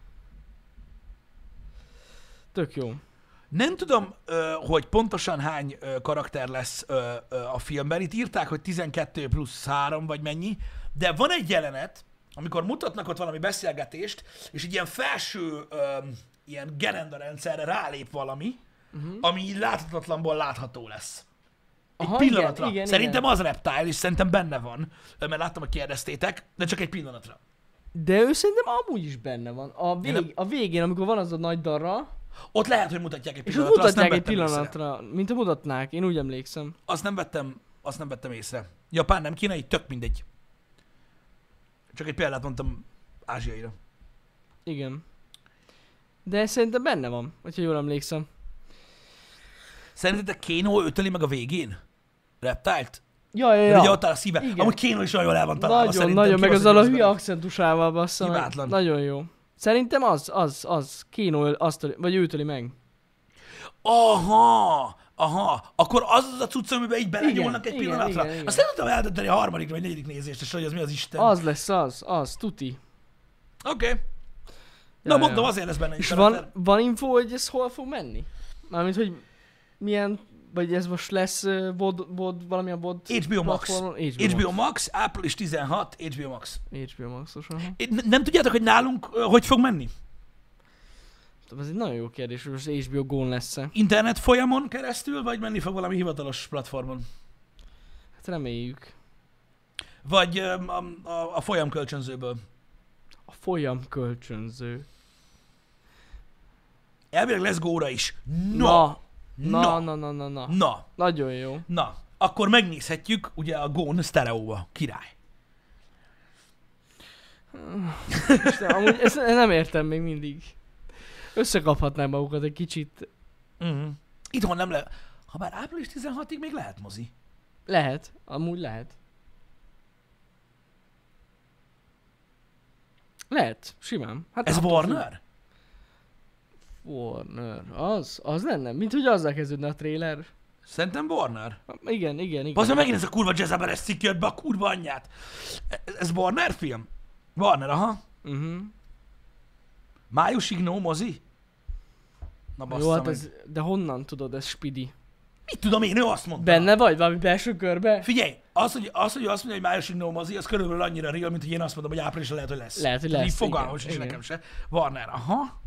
Tök jó. Nem tudom, hogy pontosan hány karakter lesz a filmben. Itt írták, hogy 12 plusz 3 vagy mennyi, de van egy jelenet, amikor mutatnak ott valami beszélgetést, és egy ilyen felső ilyen gerenda rendszerre rálép valami, ami így láthatatlanból látható lesz. Egy Aha, pillanatra. igen, Szerintem igen. az Reptile, és szerintem benne van, mert láttam, hogy kérdeztétek, de csak egy pillanatra. De ő szerintem amúgy is benne van. Én nem- A végén, amikor van az a nagy darra, Ott lehet, hogy mutatják egy és ott pillanatra, azt nem mutatják egy vettem észre. pillanatra, mint a mutatnák, én úgy emlékszem. Azt nem vettem észre. Japán nem kínai, tök mindegy. Csak egy példát mondtam ázsiaira. Igen. De szerintem benne van, hogyha jól emlékszem. Szerintetek Kano ötöli meg a végén? Reptilt? Ja. Mert ugye ott áll a szíve. Igen. Amúgy Kano is nagyon jól el van találva. Nagyon, szerintem. nagyon, meg Kibaszott azzal a az hülye benne. akcentusával bassza meg. Hibátlan. Nagyon jó. Szerintem az, Kino vagy ő öli meg. Aha. Akkor az a cucc, amiben így belenyúlnak egy Igen, pillanatra. igen. Azt nem tudtam eldönteni a harmadik vagy negyedik nézést, és hogy az mi az Isten. Az lesz az, tuti. Oké. Na Ja, mondom, ja. azért lesz benne egy És karakter. van info, hogy ez hol fog menni? Mármint, hogy milyen, vagy ez most lesz valamilyen VOD HBO Max. platformon? HBO Max, április 16, HBO Max. HBO Max-os, aha. Nem tudjátok, hogy nálunk hogy fog menni? Ez egy nagyon jó kérdés, hogy most HBO Go-n lesz-e. Internet folyamon keresztül, vagy menni fog valami hivatalos platformon? Hát reméljük. Vagy a folyam kölcsönzőből. A folyam kölcsönző. Elvileg lesz Góra is. No! Na, Na. Na. Nagyon jó. Na. Akkor megnézhetjük ugye a Gone sztereóba. Király. Istenem, amúgy ezt nem értem még mindig. Összekaphatnám magukat egy kicsit. Itthon nem lehet. Habár április 16-ig még lehet mozi. Lehet, amúgy lehet. Lehet, simán. Hát Ez attól Warner? Warner. Az lenne? Mint hogy azzal kezdődne a trailer. Szerintem Warner. Igen. Bazdmeg megint ez a kurva Jezebel-es cikk jött be a kurva anyját. Ez Warner film? Warner, aha. Májusig no mozi? Na Jó, bassza hát meg. ez, de honnan tudod, ez Spidi? Mit tudom én, ő azt mondta. Benne vagy? Valami belső körbe? Figyelj, az, hogy azt mondja, hogy májusig no mozi, az körülbelül annyira real, mint hogy én azt mondom, hogy áprilisra lehet, hogy lesz. Lehet, hogy Tehát lesz, így fogalmam igen, sincs igen. nekem se. Warner, aha.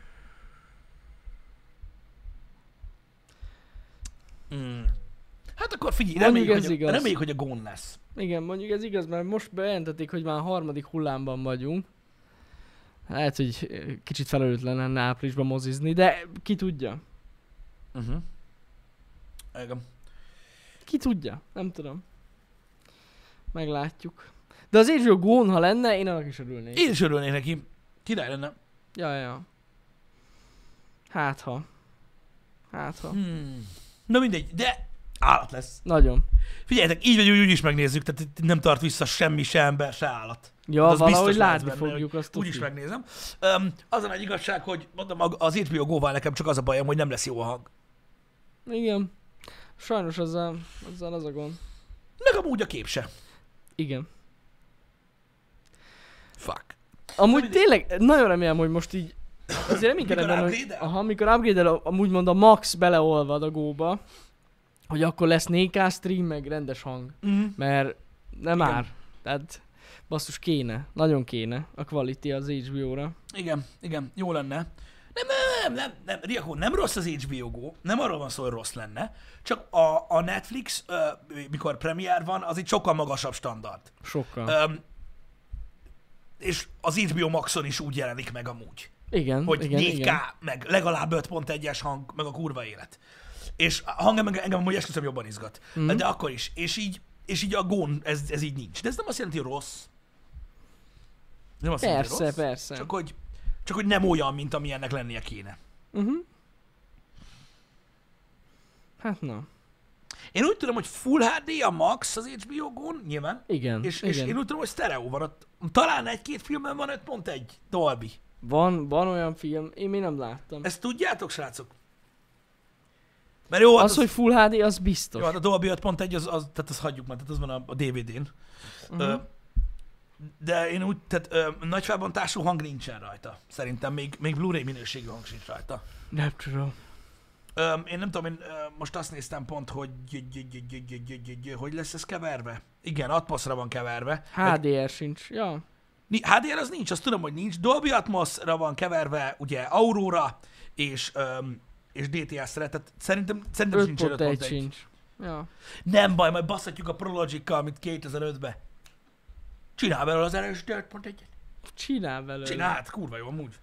Hát akkor figyelj, Mondjuk ez igaz. reméljük, hogy a Gone lesz. Igen, mondjuk ez igaz, mert most bejelentették, hogy már a harmadik hullámban vagyunk. Lehet, hogy kicsit felelőtlen lenne áprilisban mozizni, de ki tudja? Igen. Ki tudja? Nem tudom. Meglátjuk. De az HBO Gone, ha lenne, én annak is örülnék. Én is örülnék neki. Király lenne. Ja. Hát ha. Na mindegy, de állat lesz. Nagyon. Figyeljetek, így vagy úgy is megnézzük, tehát itt nem tart vissza semmi, se ember, se állat. Ja, Az valahogy biztos látni lesz benne, fogjuk, hogy azt úgy is tudjuk. megnézem. Az a nagy igazság, hogy mondom, az HBO Go-val nekem csak az a bajom, hogy nem lesz jó a hang. Igen. Sajnos azzal az a gond. Meg amúgy a kép se. Igen. Fuck. Amúgy tényleg, nagyon remélem, hogy most így azért reménykedem Mikor benne, hogy upgrade-el? mikor upgrade-el, amúgy mond a max beleolvad a Go-ba, hogy akkor lesz 4K stream, meg rendes hang. Mert nem Igen. már. Tehát basszus kéne. Nagyon kéne a quality az HBO-ra. Igen, jó lenne. Nem, Riakó, nem rossz az HBO Go, nem arról van szó, hogy rossz lenne, csak a Netflix, mikor premier van, az egy sokkal magasabb standard. Sokkal. És az HBO Maxon is úgy jelenik meg amúgy, Igen, hogy igen, 4K, igen. meg legalább 5.1-es hang, meg a kurva élet. És a hang engem amúgy esküszöm jobban izgat. De akkor is. És így a Gone, ez így nincs. De ez nem azt jelenti, hogy rossz. Nem azt jelenti, hogy rossz. Persze. Csak hogy nem olyan, mint amilyennek lennie kéne. Hát na. Én úgy tudom, hogy Full HD a max az HBO Go-n, nyilván. Igen, És igen. én úgy tudom, hogy sztereó van ott. Talán egy-két filmben van 5.1 Dolby. Van olyan film, én még nem láttam. Ezt tudjátok, srácok? Mert jó, hát Az, hogy Full HD, az biztos. jó, hát a Dolby 5.1, tehát azt hagyjuk már, tehát az van a DVD-n. De én úgy, tehát nagy felbontású hang nincsen rajta. Szerintem még Blu-ray minőségű hang sincs rajta. Nem tudom. Én nem tudom, én most azt néztem pont, hogy hogy lesz ez keverve? Igen, Atmosra van keverve. HDR sincs, ja. HDR az nincs, azt tudom, hogy nincs. Dolby Atmosra van keverve, ugye Aurora és DTS-re, tehát szerintem sincs 5.1 5.1. sincs. Ja. Nem baj, majd basszhatjuk a Prologic-kal, mint 2005-be. Csinál belőle az erős 5.1-et. Csinál belőle. Csinál, hát kurva jó amúgy.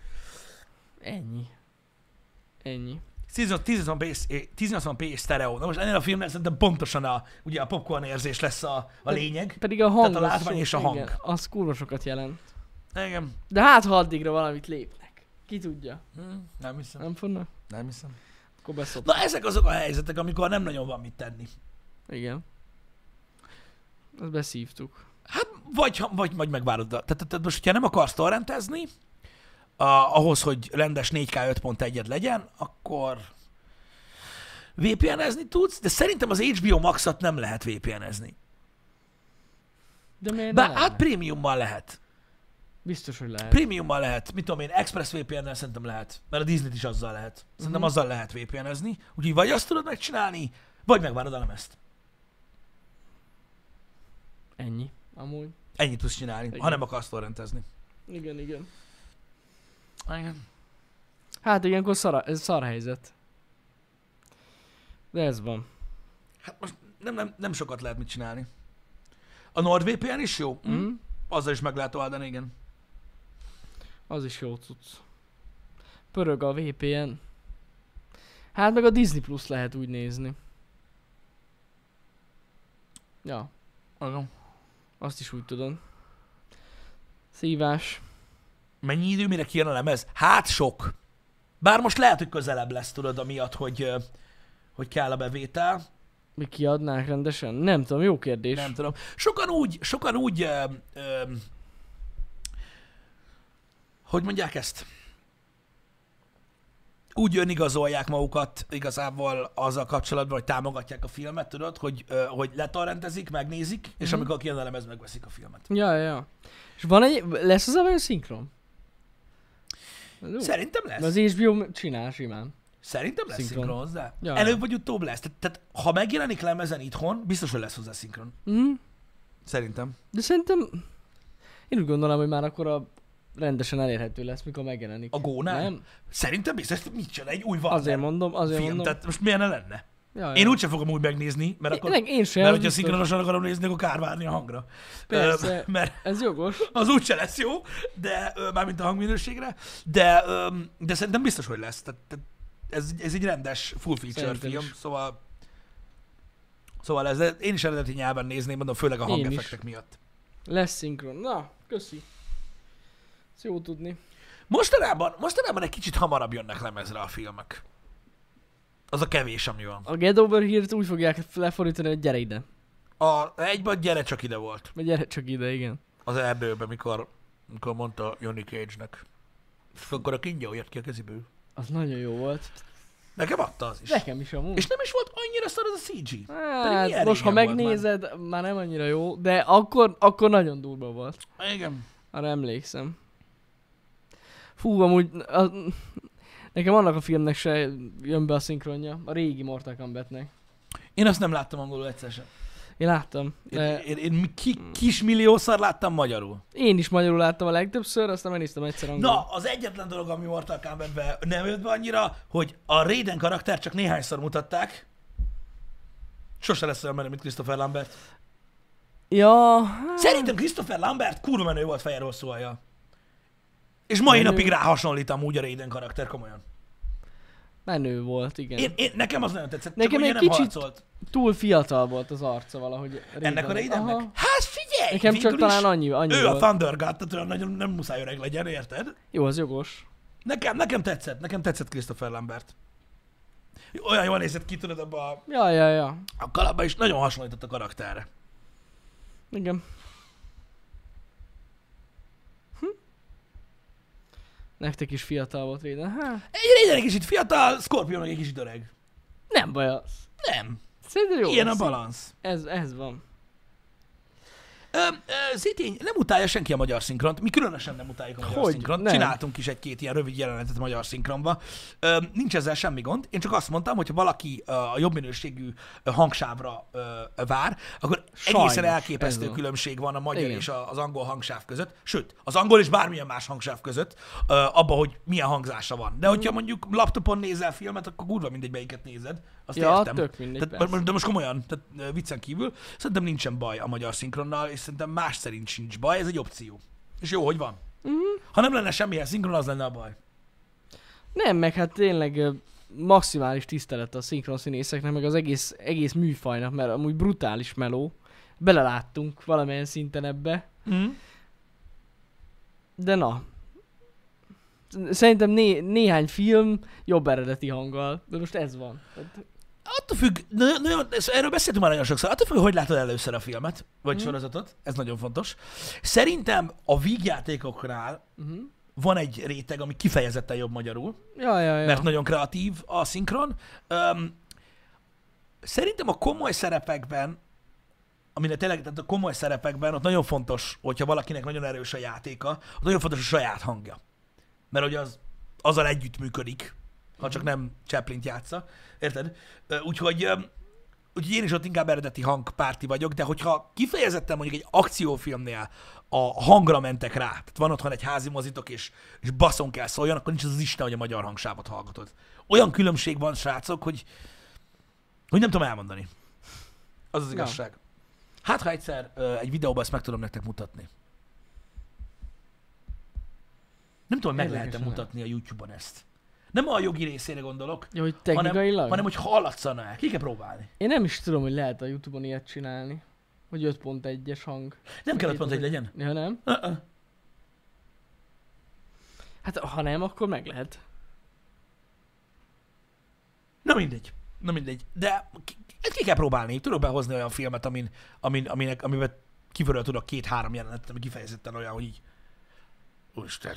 Ennyi. 1080p és sztereó. Na most ennél a filmnél szerintem pontosan ugye a popcorn érzés lesz a lényeg. Pedig a hang Tehát a látvány és a hang. igen, az kurva sokat jelent. Igen. De hát ha addigra valamit lépnek. Ki tudja. Nem hiszem. Nem fognak? Nem hiszem. Akkor beszop. Na ezek azok a helyzetek, amikor nem nagyon van mit tenni. Igen. Ezt beszívtuk. Hát vagy megvárod. Tehát most, hogyha nem akarsz torrentezni, ahhoz, hogy rendes 4K 5.1-ed legyen, akkor VPN-ezni tudsz, de szerintem az HBO Max-at nem lehet VPN-ezni. De miért Bár ne hát lenne? prémiummal lehet. Biztos, hogy lehet. Prémiummal lehet. Mit tudom én, Express VPN-nel szerintem lehet. Mert a Disney-t is azzal lehet. Szerintem azzal lehet VPN-ezni. Úgyhogy vagy azt tudod megcsinálni, vagy megvárod a lemezt. Ennyi. Amúgy. Ennyit tudsz csinálni, Igen. ha nem akarsz torrentezni. Igen. Igen. Hát ilyenkor ez szar helyzet. De ez van. Hát most nem sokat lehet mit csinálni. A NordVPN is jó. Azzal is meg lehet oldani, igen. Az is jó cucc. Pörög a VPN. Hát meg a Disney Plus lehet úgy nézni. Ja, Igen. azt is úgy tudod. Szívás. Mennyi idő, mire kijön a lemez? Hát sok. Bár most lehet, hogy közelebb lesz, tudod, amiatt, hogy kell a bevétel. Mi kiadnák rendesen? Nem tudom, jó kérdés. Nem tudom. Sokan úgy hogy mondják ezt? Úgy önigazolják magukat igazából azzal kapcsolatban, hogy támogatják a filmet, tudod, hogy letorrentezik, megnézik, és amikor kijön a lemez, megveszik a filmet. Ja. És lesz az a vajon szinkron? Szerintem lesz. Az HBO csinál simán. Szerintem lesz szinkron hozzá. Ja. Előbb vagy utóbb lesz. Tehát ha megjelenik lemezen itthon, biztos, hogy lesz hozzá szinkron. Szerintem. De szerintem én úgy gondolom, hogy már akkor rendesen elérhető lesz, mikor megjelenik. A Gónál? Nem? Szerintem biztos, hogy mit csinál egy új Warner Azért mondom. film. Tehát most milyen lenne? Ja. Én úgysem fogom úgy megnézni, mert akkor... Én sem. Mert hogyha szinkronosan akarom nézni, akkor kár várni a hangra. Persze, mert ez jogos. az úgyse lesz jó, de mármint a hangminőségre, de szerintem biztos, hogy lesz. Tehát ez egy rendes full feature Szerintem film, is. szóval ez, én is eredeti nyelven nézném, mondom, főleg a Én hangeffektek is. miatt. Lesz szinkron. Na, köszi. Ez jó tudni. Mostanában egy kicsit hamarabb jönnek lemezre a filmek. Az a kevés, ami van. A Get Over Here-t úgy fogják lefordítani, hogy gyere ide. Egyben gyere csak ide volt. Vagy gyere csak ide, igen. Az erdőben, mikor mondta Johnny Cage-nek. És akkor a kingyó jött ki a keziből. Az nagyon jó volt. Nekem adta az is. Nekem is amúgy. És nem is volt annyira szar az a CG. Hát, most ha megnézed, már nem annyira jó, de akkor nagyon durva volt. Igen. Arra emlékszem. Fú, amúgy nekem annak a filmnek se jön be a szinkronja, a régi Mortal Kombatnek. Én azt nem láttam angolul egyszer sem. Én láttam. Én kismilliószor láttam magyarul. Én is magyarul láttam a legtöbbször, aztán megnéztem egyszer angolul. Na, az egyetlen dolog, ami Mortal Kombatben nem jött be annyira, hogy a Raiden karakter csak néhányszor mutatták. Sose lesz olyan menő, mint Christopher Lambert. Ja. Szerintem Christopher Lambert kurva menő volt fehér hosszú hajjal. És mai napig rá hasonlít amúgy a Raiden karakter, komolyan. Menő volt, igen. Nekem az nagyon tetszett, nekem csak egy nem kicsit harcolt. Túl fiatal volt az arca valahogy. Ennek a Raidennek? Hát figyelj! Nekem csak talán annyi Ő volt. a Thunder God, tehát olyan nagyon nem muszáj öreg legyen, érted? Jó, az jogos. Nekem tetszett Christopher Lambert. Olyan jól nézett ki, tudod, abban Ja. a kalapban is nagyon hasonlított a karakterre. Igen. Nektek is fiatal volt Raiden. Egy Raiden egy kicsit fiatal, Scorpion meg egy kicsit öreg. Nem baj az. Nem. Szerintem jó. Ilyen a lesz. balansz. Ez van. Zétény, nem utálja senki a magyar szinkront. Mi különösen nem utáljuk a magyar Hogy? szinkront. Nem. Csináltunk is egy-két ilyen rövid jelenetet a magyar szinkronba. Nincs ezzel semmi gond. Én csak azt mondtam, hogy ha valaki a jobb minőségű hangsávra vár, akkor Sajnos, egészen elképesztő ez van. különbség van a magyar Igen. és az angol hangsáv között. Sőt, az angol és bármilyen más hangsáv között, abban, hogy milyen hangzása van. De hogyha mondjuk laptopon nézel filmet, akkor kurva mindegy, melyiket nézed. Azt Ja, értem. tök mindegy, Tehát, persze. de most komolyan, tehát viccen kívül, szerintem nincsen baj a magyar szinkronnal, és szerintem más szerint sincs baj, ez egy opció. És jó, hogy van. Ha nem lenne semmilyen szinkron, az lenne a baj. Nem, meg hát tényleg maximális tisztelet a szinkron színészeknek, meg az egész műfajnak, mert amúgy brutális meló. Beleláttunk valamilyen szinten ebbe. De na. Szerintem néhány film jobb eredeti hanggal, de most ez van. Attól függ, erről beszéltünk már nagyon sokszor, attól függ, hogy látod először a filmet, vagy sorozatot, ez nagyon fontos. Szerintem a vígjátékoknál van egy réteg, ami kifejezetten jobb magyarul, Ja. mert nagyon kreatív a szinkron. Szerintem a komoly szerepekben, amire tényleg, tehát a komoly szerepekben ott nagyon fontos, hogyha valakinek nagyon erős a játéka, ott nagyon fontos a saját hangja. Mert hogy azzal együtt működik, ha csak nem Chaplin-t játsza. Érted? Úgyhogy én is ott inkább eredeti hangpárti vagyok, de hogyha kifejezetten mondjuk egy akciófilmnél a hangra mentek rá, tehát van otthon egy házi mozitok, és baszon kell szóljon, akkor nincs az Isten, hogy a magyar hangsávot hallgatod. Olyan különbség van, srácok, hogy nem tudom elmondani. Az az igazság. Hát, ha egyszer egy videóban ezt meg tudom nektek mutatni. Nem tudom, meg lehet-e mutatni a YouTube-on ezt. Nem a jogi részére gondolok, Jó, hogy technikailag? hanem hogy hallatszana el. Ki kell próbálni. Én nem is tudom, hogy lehet a Youtube-on ilyet csinálni. Hogy 5.1-es hang. Nem kell 5.1 legyen. Ja, nem? Hát ha nem, akkor meg lehet. Na mindegy. De ezt ki kell próbálni. Tudok behozni olyan filmet, amiben kívülről tudok 2-3 jelenetet, ami kifejezetten olyan, hogy így... Úristen.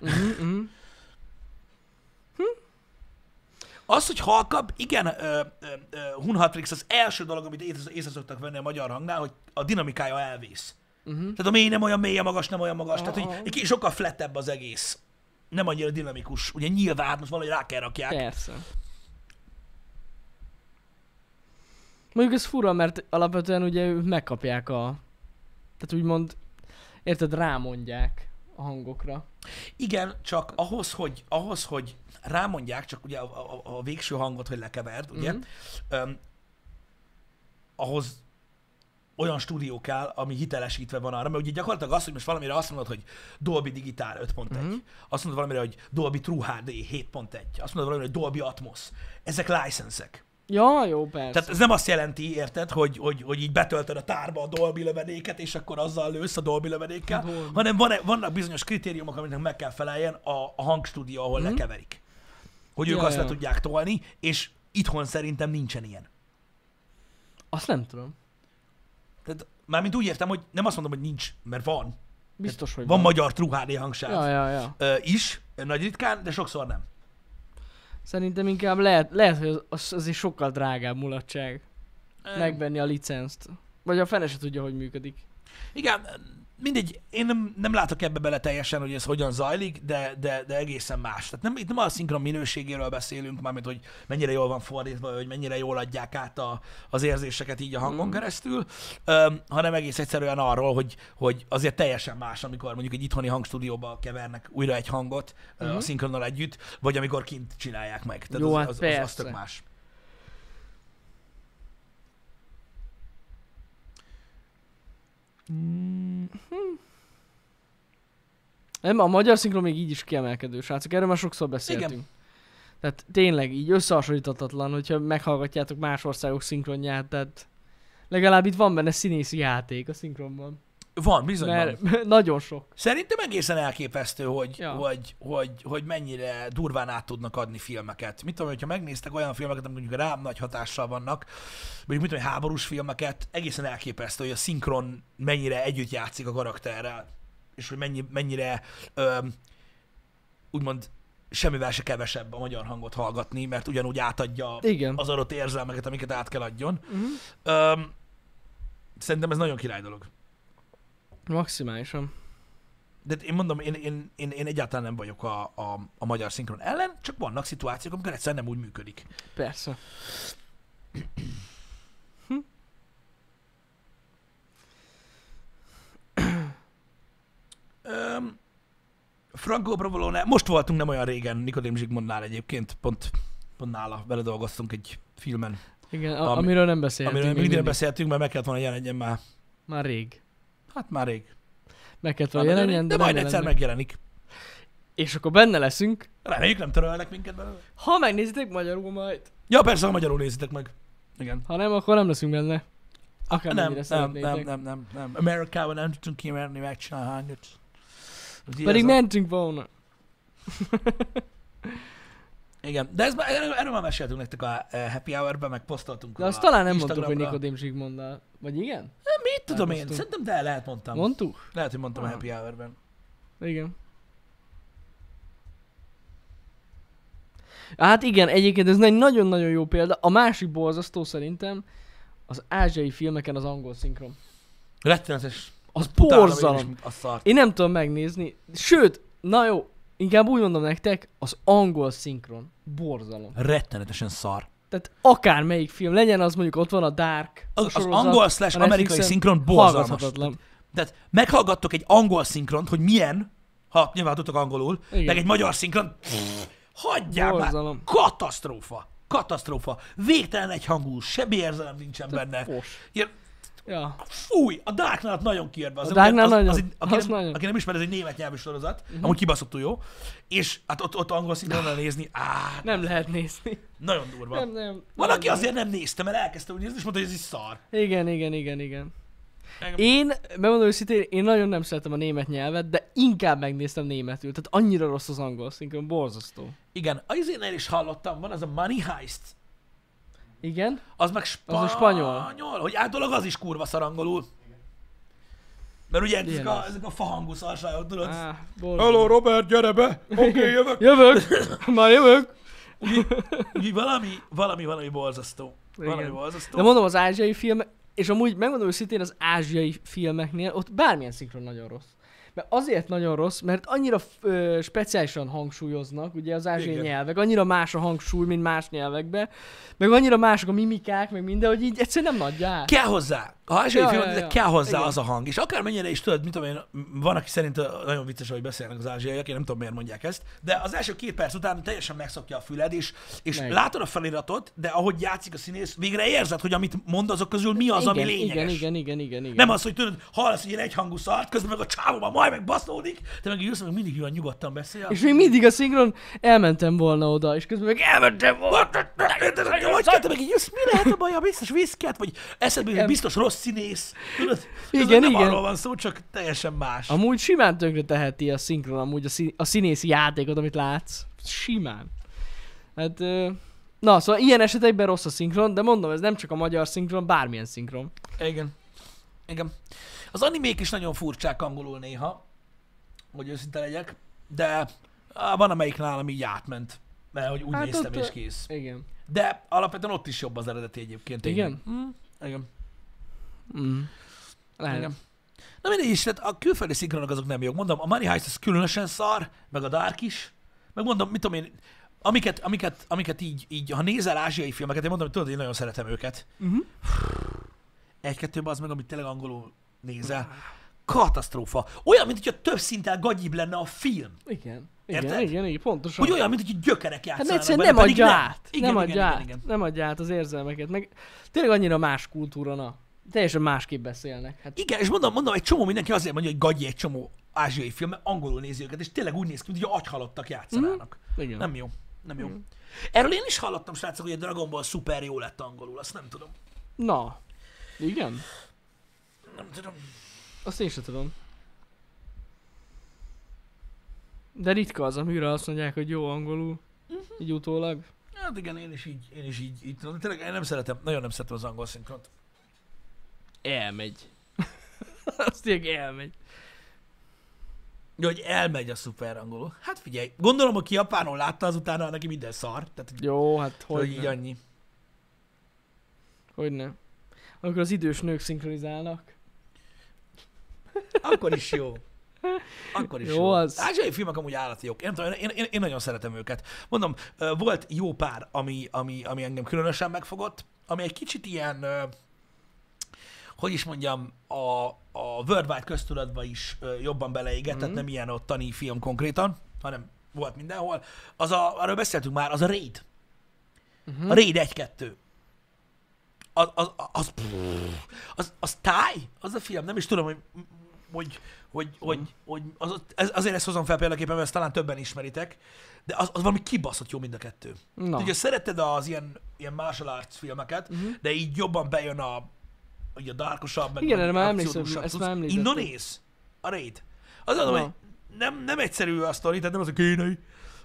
Az, hogy halkabb, igen, Hunhatrix az első dolog, amit észre szoktak venni a magyar hangnál, hogy a dinamikája elvész. Tehát a mély nem olyan mély, a magas nem olyan magas, tehát hogy sokkal flattebb az egész. Nem annyira dinamikus. Ugye nyilván, most valahogy rá kell rakják. Persze. Mondjuk ez fura, mert alapvetően ugye ők megkapják a... Tehát úgymond, érted, rámondják a hangokra. Igen, csak ahhoz, hogy rámondják, csak ugye a végső hangot, hogy lekeverd, ugye, ahhoz olyan stúdió kell, ami hitelesítve van arra, mert ugye gyakorlatilag az, hogy most valamire azt mondod, hogy Dolby Digital 5.1, azt mondod valamire, hogy Dolby True HD 7.1, azt mondod valamire, hogy Dolby Atmos. Ezek licenszek. Ja, jó, persze. Tehát ez nem azt jelenti, érted, hogy így betöltöd a tárba a Dolby lövedéket, és akkor azzal lősz a Dolby lövedékkel, hanem vannak bizonyos kritériumok, amiknek meg kell feleljen a hangstúdió, ahol lekeverik. Hogy ők azt le tudják tolni, és itthon szerintem nincsen ilyen. Azt nem tudom. Tehát mármint úgy értem, hogy nem azt mondom, hogy nincs, mert van. Biztos, hogy van magyar True HD hangsáv Ja. is, nagy ritkán, de sokszor nem. Szerintem inkább lehet hogy az egy sokkal drágább mulatság. Megvenni a licenzt. Vagy a fene se tudja, hogy működik. Igen, mindegy, én nem látok ebbe bele teljesen, hogy ez hogyan zajlik, de egészen más. Tehát itt nem a szinkron minőségéről beszélünk, mármint, hogy mennyire jól van fordítva, hogy mennyire jól adják át az érzéseket így a hangon keresztül, hanem egész egyszerűen arról, hogy azért teljesen más, amikor mondjuk egy itthoni hangstúdióba kevernek újra egy hangot a szinkronnal együtt, vagy amikor kint csinálják meg. Tehát jó, az tök más. Nem, a magyar szinkron még így is kiemelkedő, srácok. Erről már sokszor beszéltünk. Igen. Tehát tényleg így összehasonlíthatatlan, hogyha meghallgatjátok más országok szinkronját, tehát legalább itt van benne színészi játék a szinkronban. Van, bizony mert van. Nagyon sok. Szerintem egészen elképesztő, hogy mennyire durván át tudnak adni filmeket. Mit tudom, hogyha megnéztek olyan filmeket, amik mondjuk rám nagy hatással vannak, mondjuk mit tudom, háborús filmeket, egészen elképesztő, hogy a szinkron mennyire együtt játszik a karakterrel, és hogy mennyire úgymond semmivel se kevesebb a magyar hangot hallgatni, mert ugyanúgy átadja az adott érzelmeket, amiket át kell adjon. Szerintem ez nagyon király dolog. Maximálisan. De én mondom, én egyáltalán nem vagyok a magyar szinkron ellen, csak vannak szituációk, amikor egyszerűen nem úgy működik. Persze. Franco Provolone, most voltunk nem olyan régen Nikodém Zsigmondnál egyébként, pont nála vele dolgoztunk egy filmen. Igen, amiről nem beszéltünk. Amiről mindig nem beszéltünk, mert meg kellett volna jelenjen már. Már rég. Hát már rég. Meg kellett volna jelenjen, de majd egyszer megjelenik. És akkor benne leszünk. Reméljük nem törölnek minket belőle. Ha megnézitek magyarul majd. Ja, persze, ha magyarul nézitek meg. Igen. Ha nem, akkor nem leszünk benne. Akár nem. Amerikában nem tudtunk kimerni megcsinálni hányat. Pedig mentünk volna. Igen, de erről már meséltünk nektek a Happy Hour-ben, meg posztoltunk. De azt talán nem mondtuk, hogy Nikodém Zsigmonddal. Vagy igen? Mit tudom én? Szerintem lehet mondtam. Mondtuk? Lehet, hogy mondtam a Happy Hour-ben. Igen. Hát igen, egyébként ez egy nagyon-nagyon jó példa. A másik borzasztó szerintem az ázsiai filmeken az angol szinkron. Rettenetes. Az borzalom. Én nem tudom megnézni. Sőt, na jó, inkább úgy mondom nektek, az angol szinkron. Borzalom. Rettenetesen szar. Tehát akármelyik film, legyen az mondjuk ott van a Dark. Az angol/amerikai szinkron borzalmas. Tehát meghallgattok egy angol szinkront, hogy milyen, ha nyilván tudtok angolul, igen. Meg egy magyar szinkron, hagyjál borzalom. Már, katasztrófa. Végtelen egyhangú, semmi érzelem nincsen benne. Ja. Fúj, a Dark Knight nagyon kijött. A Dark Knight nagyon. Aki nem ismer, ez egy német nyelvű sorozat, amúgy kibaszottul jó, és hát ott angol szinten nézni, Nem lehet nézni. nagyon durva. Nem. Valaki azért nem nézte, mert elkezdte úgy nézni, és mondta, hogy ez is szar. Igen. Én, megmondom őszintén, én nagyon nem szeretem a német nyelvet, de inkább megnéztem németül. Tehát annyira rossz az angol szinkron, borzasztó. Igen, azért is hallottam, van az a Money Heist. Igen? Az meg Az a spanyol. hogy általában az is kurva szar angolul. Mert ugye ezek a fahangú szarságok, tudod? Hello Robert, gyere be! Oké, jövök! Már jövök! Úgyhogy valami borzasztó. Valami borzasztó. De mondom, az ázsiai filmek, és amúgy megmondom őszintén, az ázsiai filmeknél ott bármilyen szinkron nagyon rossz. Mert azért nagyon rossz, mert annyira speciálisan hangsúlyoznak, ugye az ázsiai nyelvek, annyira más a hangsúly, mint más nyelvekben, meg annyira mások a mimikák, meg minden, hogy így egyszerűen nem adja át. Kell hozzá. Ha ázsiai filmeknek kell hozzá az a hang. És akármennyire is tudod, mit tudom én, van, aki szerint nagyon vicces, hogy beszélnek az ázsiaiak, én nem tudom, miért mondják ezt, de az első 2 perc után teljesen megszokja a füled, és látod a feliratot, de ahogy játszik a színész, végre érzed, hogy amit mond azok közül mi az, ami lényeges. Igen. Nem az, hogy tudod, hallasz egy ilyen egyhangú szart, közben meg a csávóban majd megbaszlódik, te meg jössz, meg mindig olyan nyugodtan beszél. És még mindig a szinkron, elmentem volna oda, és közben meg elmentem volna. Vagy te meg így jössz, mi lehet a baja, biztos viszket, vagy eszedbe biztos rossz színész. Tudod? Igen. Nem arról van szó, csak teljesen más. Amúgy simán tönkre teheti a szinkron, amúgy a színészi játékot, amit látsz. Simán. Hát, na, szóval ilyen esetekben rossz a szinkron, de mondom, ez nem csak a magyar szinkron, bármilyen szinkron. Igen. Az animék is nagyon furcsák angolul néha, hogy őszinte legyek, de van amelyik nálam így átment, mert hogy úgy néztem és kész. Igen. De alapvetően ott is jobb az eredeti egyébként. Igen? Igen. Lehet. Igen. Na mindegy is, tehát a külföldi szinkronok azok nem jók. Mondom, a Money Heist az különösen szar, meg a Dark is. Meg mondom, mit tudom én, amiket így, ha nézel ázsiai filmeket, én mondom, hogy tudod, én nagyon szeretem őket. Egy-kettőben az meg, amit tényleg angolul nézel. Katasztrófa. Olyan, mint hogyha több szinten gagyibb lenne a film. Igen, pontosan. Hogy olyan, mint hogy gyökerek játszanak. Hát egyszerűen nem adja át. Nem adja át az érzelmeket. Meg tényleg annyira más kultúra, na. Teljesen másképp beszélnek. Hát... Igen, és mondom, egy csomó mindenki azért mondja, hogy gagyi egy csomó ázsiai film, mert angolul nézi őket, és tényleg úgy néz ki, mint hogy agyhalottak játszanának. Igen. Nem jó. Erről én is hallottam, srácok, hogy a Dragon Ball szuper jó lett angolul, azt nem tudom. Na, igen? Nem tudom. Azt én sem tudom. De ritka az, amire azt mondják, hogy jó angolul. Így utólag. Hát igen, én is így tudom. Tényleg én nagyon nem szeretem az angol szinkront. Elmegy. Azt tényleg elmegy. Jó, hogy elmegy a szuper angolul. Hát figyelj, gondolom, aki japánul látta, azután neki minden szar. Tehát, jó, hát hogy így annyi. Hogyne. Amikor az idős nők szinkronizálnak. Akkor is jó. Jó. Az... Ázsiai filmek amúgy állati jók. Én nagyon szeretem őket. Mondom, volt jó pár, ami engem különösen megfogott, ami egy kicsit ilyen, hogy is mondjam, a worldwide köztudatba is jobban beleégett, tehát nem ilyen ottani film konkrétan, hanem volt mindenhol. Arról beszéltünk már, az a Raid. A Raid 1-2. Az táj? Az a film? Nem is tudom, azért ezt hozom fel példaképpen, mert ezt talán többen ismeritek, de az valami kibaszott jó mind a kettő. Ugye szeretted az ilyen martial arts filmeket, de így jobban bejön a darkosabb, meg igen, a akciódusabb. Ezt már említettem. Indonéz? A Raid. Az mondom, hogy nem egyszerű a sztori, tehát nem az a kínai.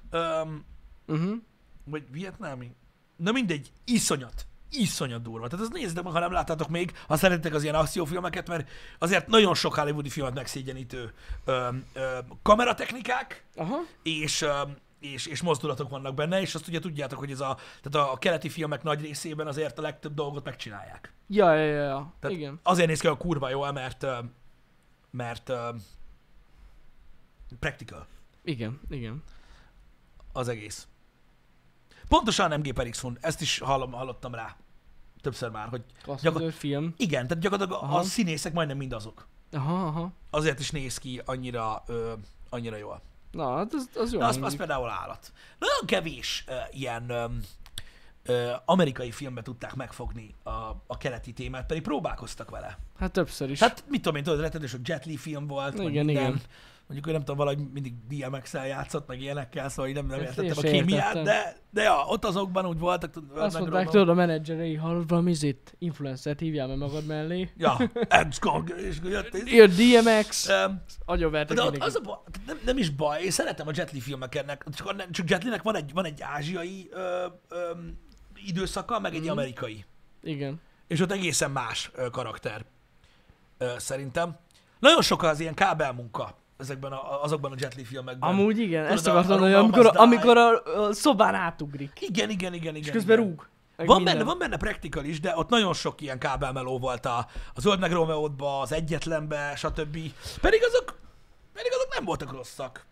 Vagy vietnámi. Na mindegy, iszonyat durva. Tehát azt nézzétek meg, ha nem láttátok még, ha szeretitek az ilyen akciófilmeket, mert azért nagyon sok hollywoodi filmet megszégyenítő kameratechnikák, és mozdulatok vannak benne, és azt ugye tudjátok, hogy tehát a keleti filmek nagy részében azért a legtöbb dolgot megcsinálják. Ja. Tehát igen. Azért néz ki a kurva jól, mert practical. Igen. Az egész. Pontosan MG per X Fun, ezt is hallottam rá többször már, hogy film. Igen, tehát gyakorlatilag a színészek majdnem mind azok. Aha. Azért is néz ki annyira jól. Na, hát az jó. Na, az például állat. Nagyon kevés ilyen amerikai filmbe tudták megfogni a keleti témát, pedig próbálkoztak vele. Hát többször is. Hát mit tudom én, tudod, rettenetes, hogy Jet Li film volt, Igen, vagy minden. igen. Mondjuk, hogy nem tudom, valahogy mindig DMX-el játszott, meg ilyenekkel, szóval így nem Ezt értettem én a se kémiát, értettem. de ja, ott azokban úgy voltak, Azt mondták, tudod, a menedzserei, hallod valami izét, influencert hívjál meg magad mellé. Ja, Edskog, és jött ez. Jött DMX, Um, agyonvertek de ott mindenki. az a baj, nem is baj, én szeretem a Jet Li filmeknek, csak Jet Linek van egy ázsiai időszaka, meg egy amerikai. Igen. És ott egészen más karakter, szerintem. Nagyon sok az ilyen kábelmunka azokban a Jet Li filmekben. Amúgy igen, Tudod, ezt akartam mondani, a hogy Mazda- amikor a szobán átugrik. Igen. És közben rúg. Meg Van benne practical is, de ott nagyon sok ilyen kábelmeló volt a Zöld meg Rómeódba, az Egyetlenbe, stb. Pedig azok nem voltak rosszak.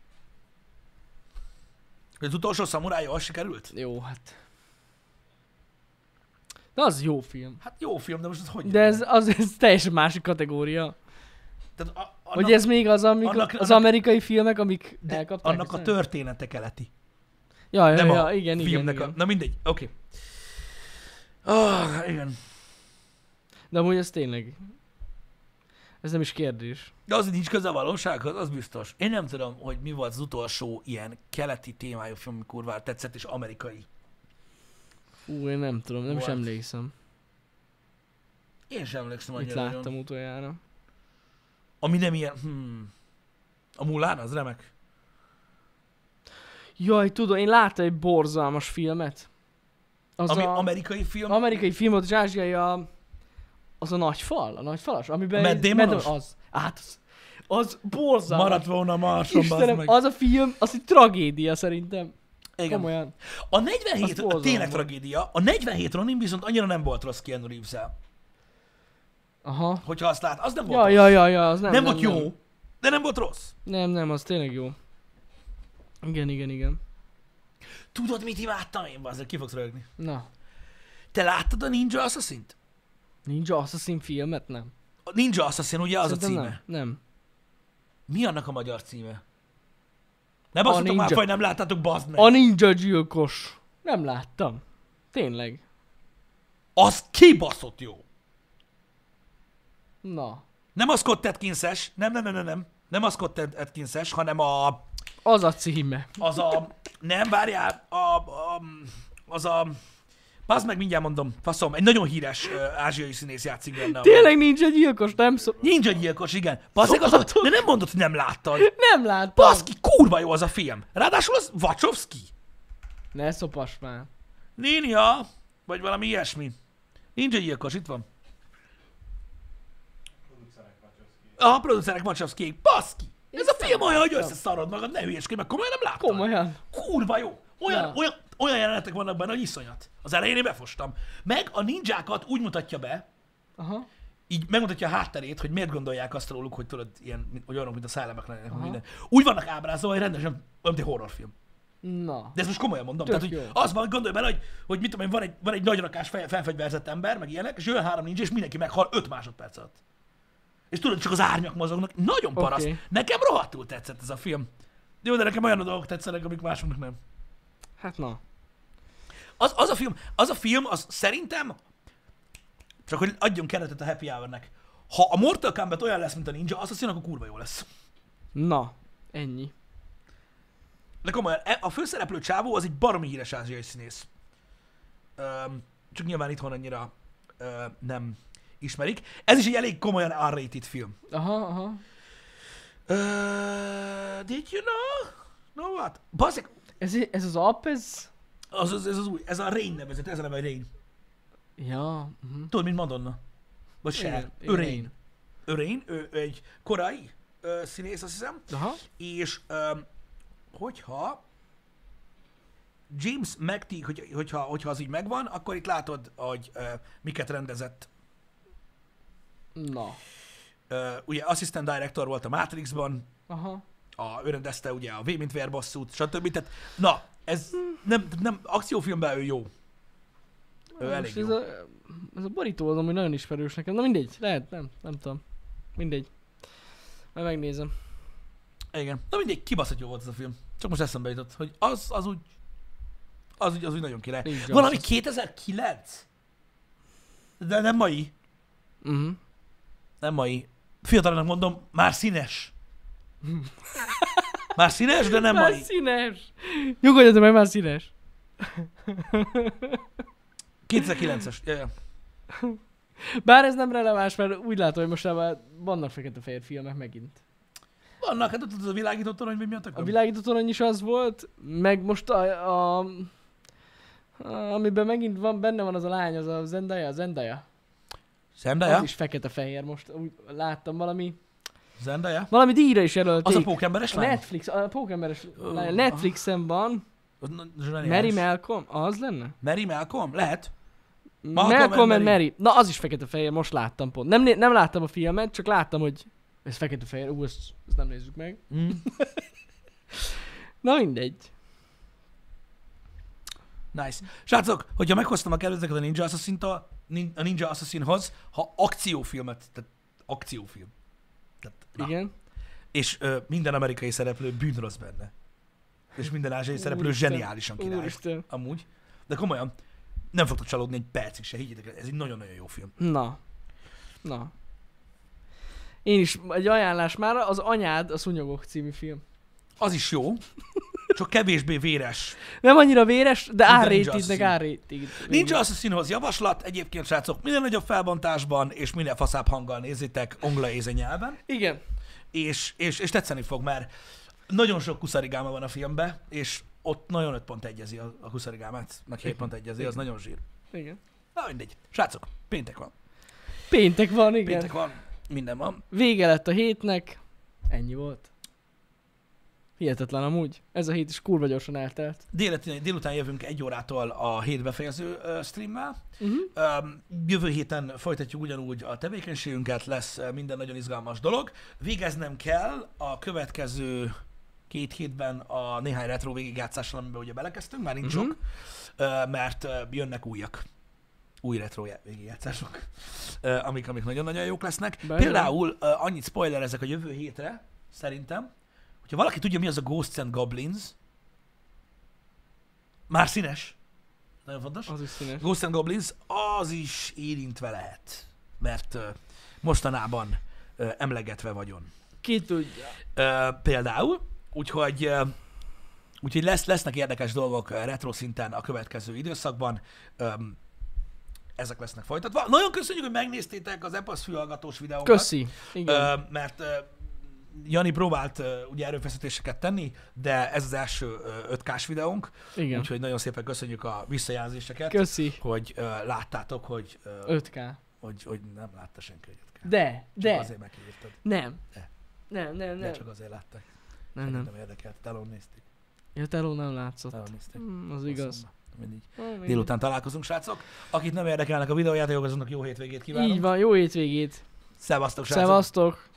Az utolsó szamuráj jól sikerült? Jó, hát. De az jó film. Hát jó film, de most az hogy? De ez teljesen másik kategória. Tehát Hogy ez még az, annak- az amerikai filmek, amik elkapták? annak a ezt? története keleti. Ja, Nem a igen. filmnek Na mindegy, oké. Igen. De amúgy ez tényleg... Ez nem is kérdés. De az, hogy nincs köze a valósághoz, az biztos. Én nem tudom, hogy mi volt az utolsó ilyen keleti témájú film, ami kurvára tetszett, és amerikai. Fú, én nem tudom, nem is Volt. emlékszem. Én sem emlékszem Mit annyira láttam nagyon. utoljára. Ami nem ilyen... A Mulan, az remek. Jaj, tudom, én láttam egy borzalmas filmet. Az Ami a... amerikai film. Amerikai film volt, és ázsiai az a nagy fal, a nagy falas, amiben... Matt Damonos? Az. Az borzalmas. Maradt volna a Marson, Istenem, meg. az a film, az egy tragédia szerintem. Igen. Komolyan. A 47, Az borzalmas tényleg volt. tragédia, a 47 Ronin viszont annyira nem volt rossz Keanu Reeves-el. Aha. Hogyha azt lát, az nem volt rossz. Ja, az Nem volt jó, de nem volt rossz. Nem, az tényleg jó. Igen. Tudod, mit imádtam én? Azért ki fogsz rögni. Na, Te láttad a Ninja Assassin-t? Ninja Assassin filmet? Nem. A Ninja Assassin, ugye az Szerintem a címe? Nem. Mi annak a magyar címe? Ne basszatok már, Ninja. hogy nem láttátok, bazd meg. A Ninja Gyilkos. Nem láttam. Tényleg. Az kibaszott jó. Na. Nem a Scott Atkins-es, nem. Nem a Scott Atkins-es, hanem Az a címe. nem, várjál, bazd meg, mindjárt mondom, faszom, egy nagyon híres ázsiai színész játszik benne. Tényleg Ninja Gyilkos, nem szó... Ninja gyilkos, igen. Bazd meg, de nem mondod, hogy nem láttad. Nem láttam. Baszki, kurva jó az a film. Ráadásul az Wachowski. Ne szopass már. Ninja, vagy valami ilyesmi. Ninja gyilkos, itt van. A producerek Wachowski. Baszki! Ez a film olyan, hogy összeszarod magad, ne hülyeskedj meg, komolyan nem láttad? Komolyan. Kurva jó! Ja. Olyan jelenetek vannak benne, hogy iszonyat. Az elején én befostam. Meg a ninjákat úgy mutatja be, Aha. így megmutatja a hátterét, hogy miért gondolják azt róluk, hogy tudod, ilyen, hogy olyanok, mint a szellemek lennének, minden. Úgy vannak ábrázolva, hogy rendesen olyan, mint egy horrorfilm. Na. De ezt most komolyan mondom. Tök Tehát, hogy jó. az van, gondolj bele, hogy mit tudom én, van egy nagy rakás felfegyverzett ember, meg ilyenek, és jön 3 ninja, és mindenki meghal 5 másodperc alatt. És tudod, csak az árnyak mozognak. Nagyon paraszt. Oké. Nekem rohadtul tetszett ez a film. Jó, de nekem olyan dolgok tetszenek, amik másoknak nem. Hát na. Az a film, az szerintem, csak hogy adjon keretet a Happy Hour-nek, ha a Mortal Kombat olyan lesz, mint a Ninja, az akkor kurva jó lesz. Na. Ennyi. De komolyan, a főszereplő csávó az egy baromi híres ázsiai színész. Csak nyilván itthon annyira nem ismerik. Ez is egy elég komolyan R-rated film. Aha. Did you know? No what? Bazzeg, Ez az app, ez... ez a Rain nevezett, ez a neve Rain. Ja. Tudod, mint Madonna? Vagy Cher. Igen, Rain. Rain, ő egy korai színész, azt hiszem. Aha. És hogyha James McTeague, hogyha az így megvan, akkor itt látod, hogy miket rendezett. Na. Ugye assistant director volt a Matrixban, Aha. ő rendezte ugye a V mint vérbosszút, stb. Tehát, na, ez nem akciófilmben ő jó. Ő elég Most jó. ez a borító az, ami nagyon ismerős nekem. Na mindegy, lehet, nem tudom. Mindegy. Majd megnézem. Igen. Na mindegy, kibaszott jó volt ez a film. Csak most eszembe jutott, hogy az az úgy nagyon király. Ninja Valami Assassin. 2009? De nem mai. Uh-huh. Nem mai. Fiatalnak mondom, már színes. Már színes, de nem Már mai. színes. Nyugodjatok meg, már színes. 2009-es. Ja. Bár ez nem releváns, mert úgy látom, hogy most már vannak fekete-fehér filmek megint. Vannak, hát ott az a világító torony, vagy mi a A tököm? világító torony is az volt, meg most amiben megint benne van az a lány, az a Zendaya. Zendaya? Az is fekete-fehér, most úgy láttam Zendaya? valami díjra is jelölték. Az a pókemberes A lány? Netflix, a pókemberes lány. Netflixen van. Mary Malcolm, az lenne? Mary Malcolm? Lehet. Malcolm and and Mary. Na, az is fekete-fehér, most láttam pont. Nem láttam a filmet, csak láttam, hogy ez fekete-fehér. Ezt nem nézzük meg. Mm. Na mindegy. Nice. Srácok, hogyha meghoztam a kedvezeteket a Ninja Assassinhoz, ha akciófilmet, tehát akciófilm. Tehát, na. Igen. És minden amerikai szereplő bűnrossz benne. És minden ázsiai szereplő Úristen. zseniálisan király. Úristen. Amúgy. De komolyan, nem fogtok csalódni egy percig se, higgyétek el, ez egy nagyon-nagyon jó film. Na. Én is, egy ajánlás már, az Anyád, a Szúnyogok című film. Az is jó, csak kevésbé véres. Nem annyira véres, de Ninja R-rated, Assassin. meg R-rated. Ninja Assassinhoz javaslat, egyébként srácok, minél nagyobb felbontásban és minél faszább hanggal nézzétek angol-éze nyelven, Igen. és tetszeni fog, mert nagyon sok kuszarigáma van a filmben, és ott nagyon 5 pont egyezi a kuszarigámát, meg 7 pont egyezi, az nagyon zsír. Igen. Na mindegy. Srácok, péntek van. Péntek van, igen. Péntek van, minden van. Vége lett a hétnek. Ennyi volt. Hihetetlen amúgy. Ez a hét is kurva gyorsan eltelt. Délután jövünk 1 órától a hét befejező streammel. Uh-huh. Jövő héten folytatjuk ugyanúgy a tevékenységünket, lesz minden nagyon izgalmas dolog. Végeznem kell a következő 2 hétben a néhány retro végigjátszással, amiben ugye belekezdtünk, már nincs sok, mert jönnek újak. Új retro végigjátszások, amik nagyon-nagyon jók lesznek. Bejön. Például annyit spoiler ezek a jövő hétre, szerintem, hogyha valaki tudja, mi az a Ghosts and Goblins, már színes, nagyon fontos. Az is színes. Ghosts and Goblins, az is érintve lehet, mert mostanában emlegetve vagyon. Ki tudja. Például, úgyhogy lesznek érdekes dolgok retro szinten a következő időszakban, ezek lesznek folytatva. Nagyon köszönjük, hogy megnéztétek az EPASZ fülhallgatós videókat. Köszi. Igen. Mert Jani próbált ugye erőfeszítéseket tenni, de ez az első 5K-s videónk, Igen. úgyhogy nagyon szépen köszönjük a visszajelzéseket, Köszi. hogy láttátok, hogy 5K. hogy nem látta senki, hogy 5K. De. Csak azért megírtad. Nem. De. Nem. De csak azért látták. Nem. Nem érdekelt. Telón nézték. Ja, Teló nem látszott. Telón nézték. Az igaz. Azonnal. Mindig. Mindegy. Délután találkozunk, srácok. Akit nem érdekelnek a videójátékok, azoknak jó hétvégét kívánok. Így van, jó hétvégét. Szevasztok, srácok. Szevasztok.